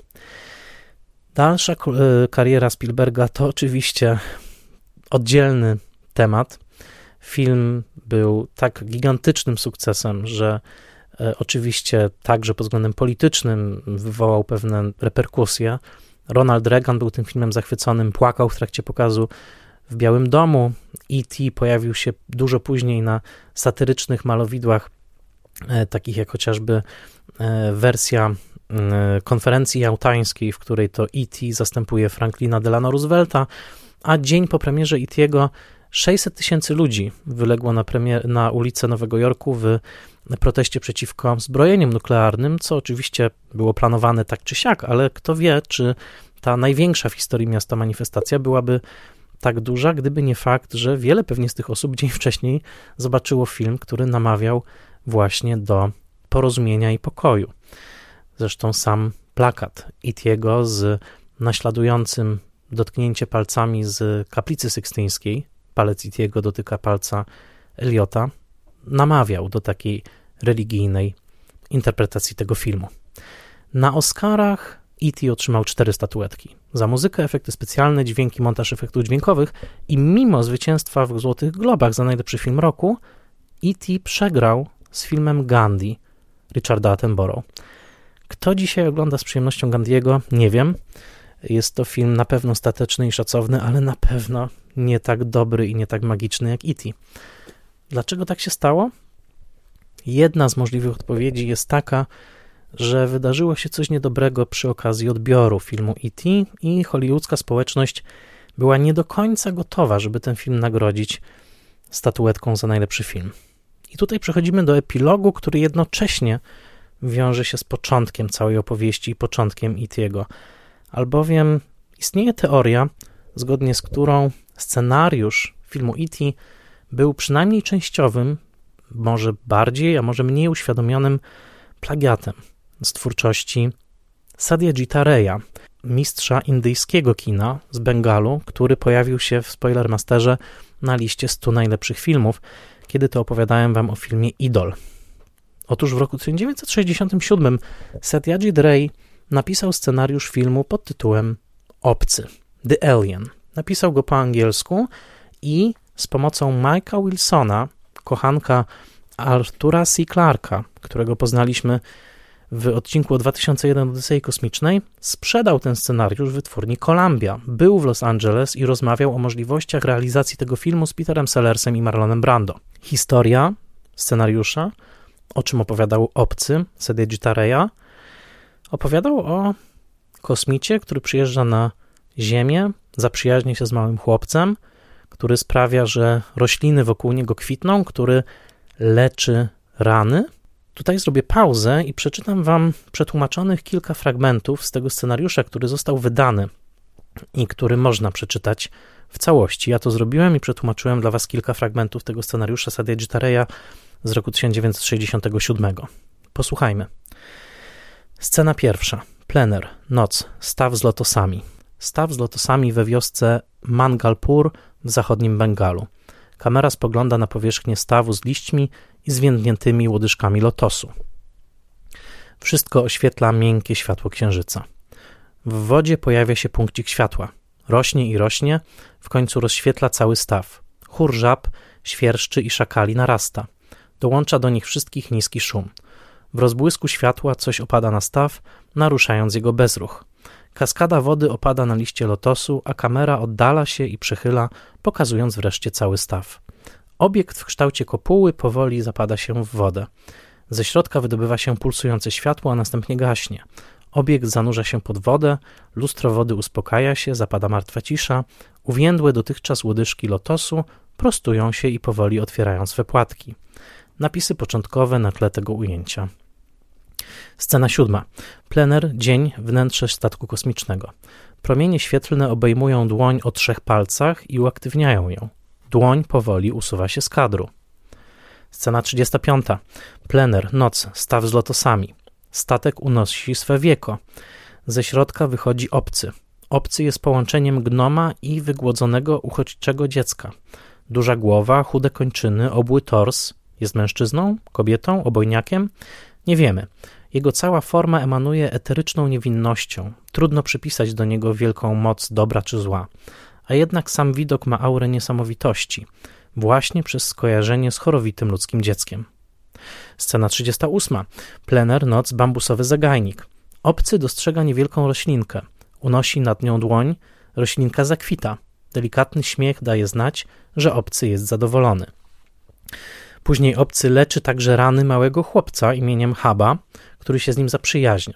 Dalsza kariera Spielberga to oczywiście oddzielny temat. Film był tak gigantycznym sukcesem, że e, oczywiście także pod względem politycznym wywołał pewne reperkusje. Ronald Reagan był tym filmem zachwyconym, płakał w trakcie pokazu w Białym Domu. E T pojawił się dużo później na satyrycznych malowidłach, e, takich jak chociażby e, wersja e, konferencji jałtańskiej, w której to E T zastępuje Franklina Delano Roosevelta, a dzień po premierze E T'ego sześćset tysięcy ludzi wyległo na, premier, na ulice Nowego Jorku w proteście przeciwko zbrojeniom nuklearnym, co oczywiście było planowane tak czy siak, ale kto wie, czy ta największa w historii miasta manifestacja byłaby tak duża, gdyby nie fakt, że wiele pewnie z tych osób dzień wcześniej zobaczyło film, który namawiał właśnie do porozumienia i pokoju. Zresztą sam plakat E T'ego z naśladującym dotknięcie palcami z kaplicy sykstyńskiej, palec E T'ego dotyka palca Elliota, namawiał do takiej religijnej interpretacji tego filmu. Na Oscarach E T otrzymał cztery statuetki. Za muzykę, efekty specjalne, dźwięki, montaż efektów dźwiękowych i mimo zwycięstwa w Złotych Globach za najlepszy film roku, E T przegrał z filmem Gandhi Richarda Attenborough. Kto dzisiaj ogląda z przyjemnością Gandiego? Nie wiem. Jest to film na pewno stateczny i szacowny, ale na pewno nie tak dobry i nie tak magiczny jak E T. Dlaczego tak się stało? Jedna z możliwych odpowiedzi jest taka, że wydarzyło się coś niedobrego przy okazji odbioru filmu E T i hollywoodzka społeczność była nie do końca gotowa, żeby ten film nagrodzić statuetką za najlepszy film. I tutaj przechodzimy do epilogu, który jednocześnie wiąże się z początkiem całej opowieści i początkiem E T'ego. Albowiem istnieje teoria, zgodnie z którą scenariusz filmu E T był przynajmniej częściowym, może bardziej, a może mniej uświadomionym plagiatem z twórczości Satyajita Raya, mistrza indyjskiego kina z Bengalu, który pojawił się w Spoilermasterze na liście stu najlepszych filmów, kiedy to opowiadałem wam o filmie Idol. Otóż w roku tysiąc dziewięćset sześćdziesiątym siódmym Satyajit Ray napisał scenariusz filmu pod tytułem Obcy, The Alien. Napisał go po angielsku i z pomocą Mike'a Wilsona, kochanka Artura C. Clarke'a, którego poznaliśmy w odcinku o dwa tysiące jeden Odysei Kosmicznej, sprzedał ten scenariusz wytwórni Columbia. Był w Los Angeles i rozmawiał o możliwościach realizacji tego filmu z Peterem Sellersem i Marlonem Brando. Historia scenariusza, o czym opowiadał Obcy Satyajita Raya, opowiadał o kosmicie, który przyjeżdża na Ziemię, zaprzyjaźnia się z małym chłopcem, który sprawia, że rośliny wokół niego kwitną, który leczy rany. Tutaj zrobię pauzę i przeczytam wam przetłumaczonych kilka fragmentów z tego scenariusza, który został wydany i który można przeczytać w całości. Ja to zrobiłem i przetłumaczyłem dla was kilka fragmentów tego scenariusza Satyajita Raya z roku tysiąc dziewięćset sześćdziesiątego siódmego. Posłuchajmy. Scena pierwsza. Plener, noc, staw z lotosami. Staw z lotosami we wiosce Mangalpur w zachodnim Bengalu. Kamera spogląda na powierzchnię stawu z liśćmi i zwiędniętymi łodyżkami lotosu. Wszystko oświetla miękkie światło księżyca. W wodzie pojawia się punkcik światła. Rośnie i rośnie, w końcu rozświetla cały staw. Chór żab, świerszczy i szakali narasta. Dołącza do nich wszystkich niski szum. W rozbłysku światła coś opada na staw, naruszając jego bezruch. Kaskada wody opada na liście lotosu, a kamera oddala się i przechyla, pokazując wreszcie cały staw. Obiekt w kształcie kopuły powoli zapada się w wodę. Ze środka wydobywa się pulsujące światło, a następnie gaśnie. Obiekt zanurza się pod wodę, lustro wody uspokaja się, zapada martwa cisza, uwiędłe dotychczas łodyżki lotosu prostują się i powoli otwierają swe płatki. Napisy początkowe na tle tego ujęcia. Scena siódma. Plener, dzień, wnętrze statku kosmicznego. Promienie świetlne obejmują dłoń o trzech palcach i uaktywniają ją. Dłoń powoli usuwa się z kadru. Scena trzydziesta piąta. Plener, noc, staw z lotosami. Statek unosi swe wieko. Ze środka wychodzi obcy. Obcy jest połączeniem gnoma i wygłodzonego uchodźczego dziecka. Duża głowa, chude kończyny, obły tors. Jest mężczyzną, kobietą, obojniakiem? Nie wiemy. Jego cała forma emanuje eteryczną niewinnością. Trudno przypisać do niego wielką moc dobra czy zła. A jednak sam widok ma aurę niesamowitości. Właśnie przez skojarzenie z chorowitym ludzkim dzieckiem. Scena trzydziesta ósma. Plener, noc, bambusowy zagajnik. Obcy dostrzega niewielką roślinkę. Unosi nad nią dłoń. Roślinka zakwita. Delikatny śmiech daje znać, że obcy jest zadowolony. Później obcy leczy także rany małego chłopca imieniem Haba, który się z nim zaprzyjaźnia.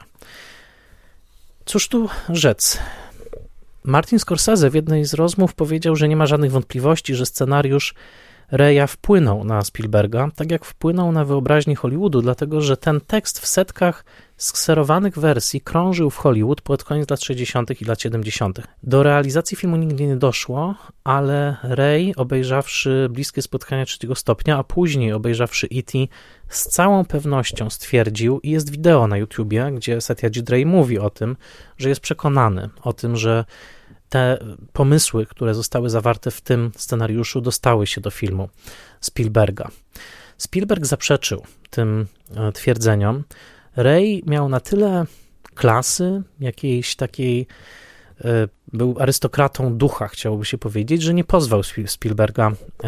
Cóż tu rzec? Martin Scorsese w jednej z rozmów powiedział, że nie ma żadnych wątpliwości, że scenariusz Raya wpłynął na Spielberga, tak jak wpłynął na wyobraźnię Hollywoodu, dlatego że ten tekst w setkach skserowanych wersji krążył w Hollywood pod koniec lat sześćdziesiątych i lat siedemdziesiątych. Do realizacji filmu nigdy nie doszło, ale Ray, obejrzawszy Bliskie spotkania trzeciego stopnia, a później obejrzawszy E T, z całą pewnością stwierdził, i jest wideo na YouTubie, gdzie Satyajit Ray mówi o tym, że jest przekonany o tym, że te pomysły, które zostały zawarte w tym scenariuszu, dostały się do filmu Spielberga. Spielberg zaprzeczył tym twierdzeniom. Ray miał na tyle klasy, jakiejś takiej był arystokratą ducha, chciałoby się powiedzieć, że nie pozwał Spielberga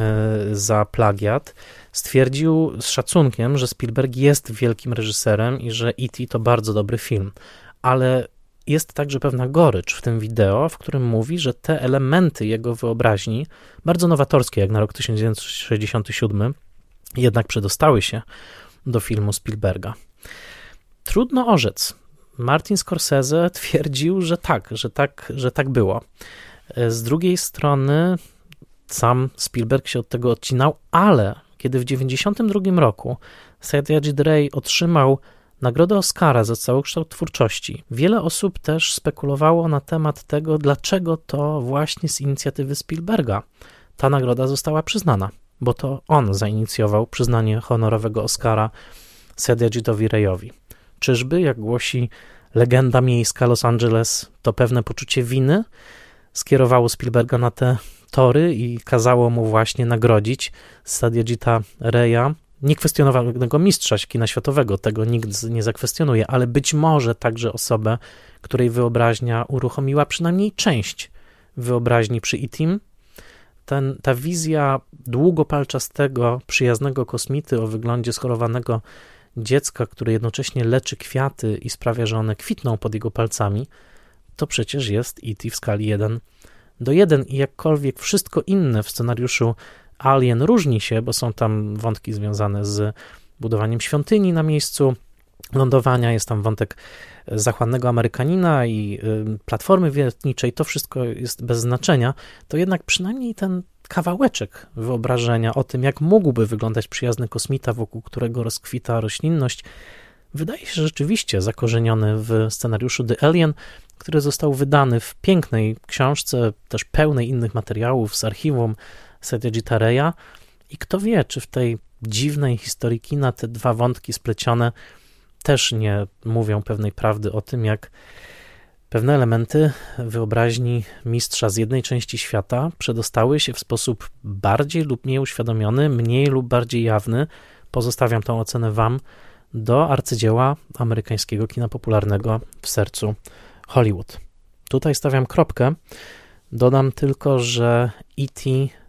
za plagiat. Stwierdził z szacunkiem, że Spielberg jest wielkim reżyserem i że E T to bardzo dobry film, ale jest także pewna gorycz w tym wideo, w którym mówi, że te elementy jego wyobraźni, bardzo nowatorskie jak na rok tysiąc dziewięćset sześćdziesiąty siódmy, jednak przedostały się do filmu Spielberga. Trudno orzec. Martin Scorsese twierdził, że tak, że tak, że tak było. Z drugiej strony sam Spielberg się od tego odcinał, ale kiedy w dziewięćdziesiątym drugim roku Satyajit Ray otrzymał Nagrodę Oscara za całokształt twórczości, wiele osób też spekulowało na temat tego, dlaczego to właśnie z inicjatywy Spielberga ta nagroda została przyznana, bo to on zainicjował przyznanie honorowego Oscara Satyajitowi Rayowi. Czyżby, jak głosi legenda miejska Los Angeles, to pewne poczucie winy skierowało Spielberga na te tory i kazało mu właśnie nagrodzić Satyajita Raya, niekwestionowanego mistrza kina światowego, tego nikt nie zakwestionuje, ale być może także osobę, której wyobraźnia uruchomiła przynajmniej część wyobraźni przy E T. Ten, ta wizja długopalczastego, przyjaznego kosmity o wyglądzie schorowanego dziecka, które jednocześnie leczy kwiaty i sprawia, że one kwitną pod jego palcami, to przecież jest E T w skali jeden do jeden i jakkolwiek wszystko inne w scenariuszu Alien różni się, bo są tam wątki związane z budowaniem świątyni na miejscu lądowania, jest tam wątek zachłannego Amerykanina i platformy wiertniczej, to wszystko jest bez znaczenia, to jednak przynajmniej ten kawałeczek wyobrażenia o tym, jak mógłby wyglądać przyjazny kosmita, wokół którego rozkwita roślinność, wydaje się rzeczywiście zakorzeniony w scenariuszu The Alien, który został wydany w pięknej książce, też pełnej innych materiałów z archiwum Satyajita Raya i kto wie, czy w tej dziwnej historii kina te dwa wątki splecione też nie mówią pewnej prawdy o tym, jak pewne elementy wyobraźni mistrza z jednej części świata przedostały się w sposób bardziej lub mniej uświadomiony, mniej lub bardziej jawny, pozostawiam tę ocenę wam, do arcydzieła amerykańskiego kina popularnego w sercu Hollywood. Tutaj stawiam kropkę, dodam tylko, że E T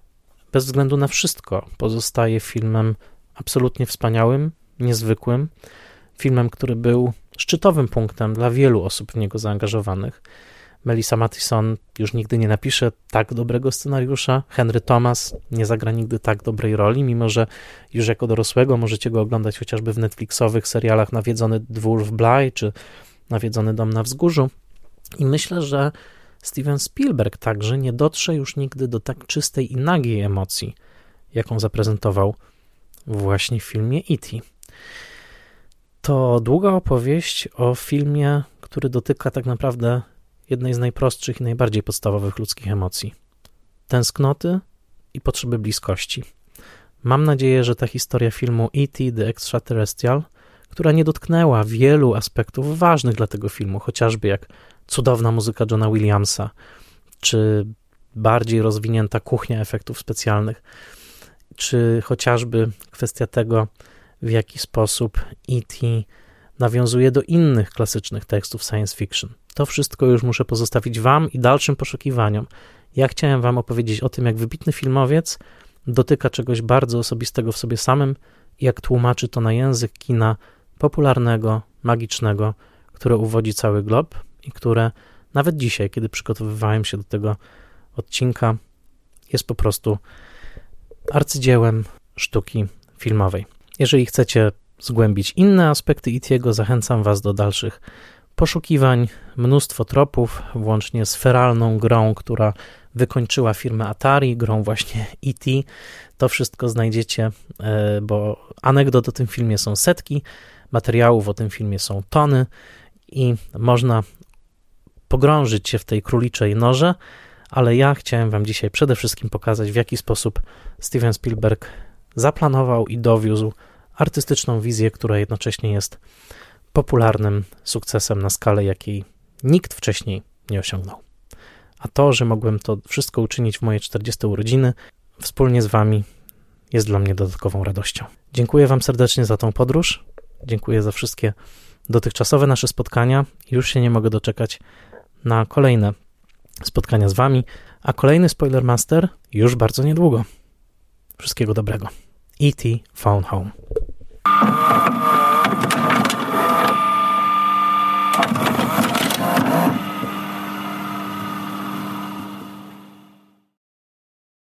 bez względu na wszystko pozostaje filmem absolutnie wspaniałym, niezwykłym, filmem, który był szczytowym punktem dla wielu osób w niego zaangażowanych. Melissa Mathison już nigdy nie napisze tak dobrego scenariusza, Henry Thomas nie zagra nigdy tak dobrej roli, mimo że już jako dorosłego możecie go oglądać chociażby w netflixowych serialach Nawiedzony dwór w Bly czy Nawiedzony dom na wzgórzu. I myślę, że Steven Spielberg także nie dotrze już nigdy do tak czystej i nagiej emocji, jaką zaprezentował właśnie w filmie E T. To długa opowieść o filmie, który dotyka tak naprawdę jednej z najprostszych i najbardziej podstawowych ludzkich emocji. Tęsknoty i potrzeby bliskości. Mam nadzieję, że ta historia filmu E T The Extraterrestrial, która nie dotknęła wielu aspektów ważnych dla tego filmu, chociażby jak cudowna muzyka Johna Williamsa, czy bardziej rozwinięta kuchnia efektów specjalnych, czy chociażby kwestia tego, w jaki sposób E T nawiązuje do innych klasycznych tekstów science fiction. To wszystko już muszę pozostawić wam i dalszym poszukiwaniom. Ja chciałem wam opowiedzieć o tym, jak wybitny filmowiec dotyka czegoś bardzo osobistego w sobie samym i jak tłumaczy to na język kina popularnego, magicznego, które uwodzi cały glob i które nawet dzisiaj, kiedy przygotowywałem się do tego odcinka, jest po prostu arcydziełem sztuki filmowej. Jeżeli chcecie zgłębić inne aspekty E T'ego, zachęcam was do dalszych poszukiwań, mnóstwo tropów, włącznie z feralną grą, która wykończyła firmę Atari, grą właśnie E T. To wszystko znajdziecie, bo anegdot o tym filmie są setki, materiałów o tym filmie są tony i można pogrążyć się w tej króliczej norze, ale ja chciałem wam dzisiaj przede wszystkim pokazać, w jaki sposób Steven Spielberg zaplanował i dowiózł artystyczną wizję, która jednocześnie jest popularnym sukcesem na skalę, jakiej nikt wcześniej nie osiągnął. A to, że mogłem to wszystko uczynić w moje czterdzieste urodziny wspólnie z wami, jest dla mnie dodatkową radością. Dziękuję wam serdecznie za tą podróż, dziękuję za wszystkie dotychczasowe nasze spotkania i już się nie mogę doczekać na kolejne spotkania z wami, a kolejny Spoilermaster już bardzo niedługo. Wszystkiego dobrego. E T Phone Home.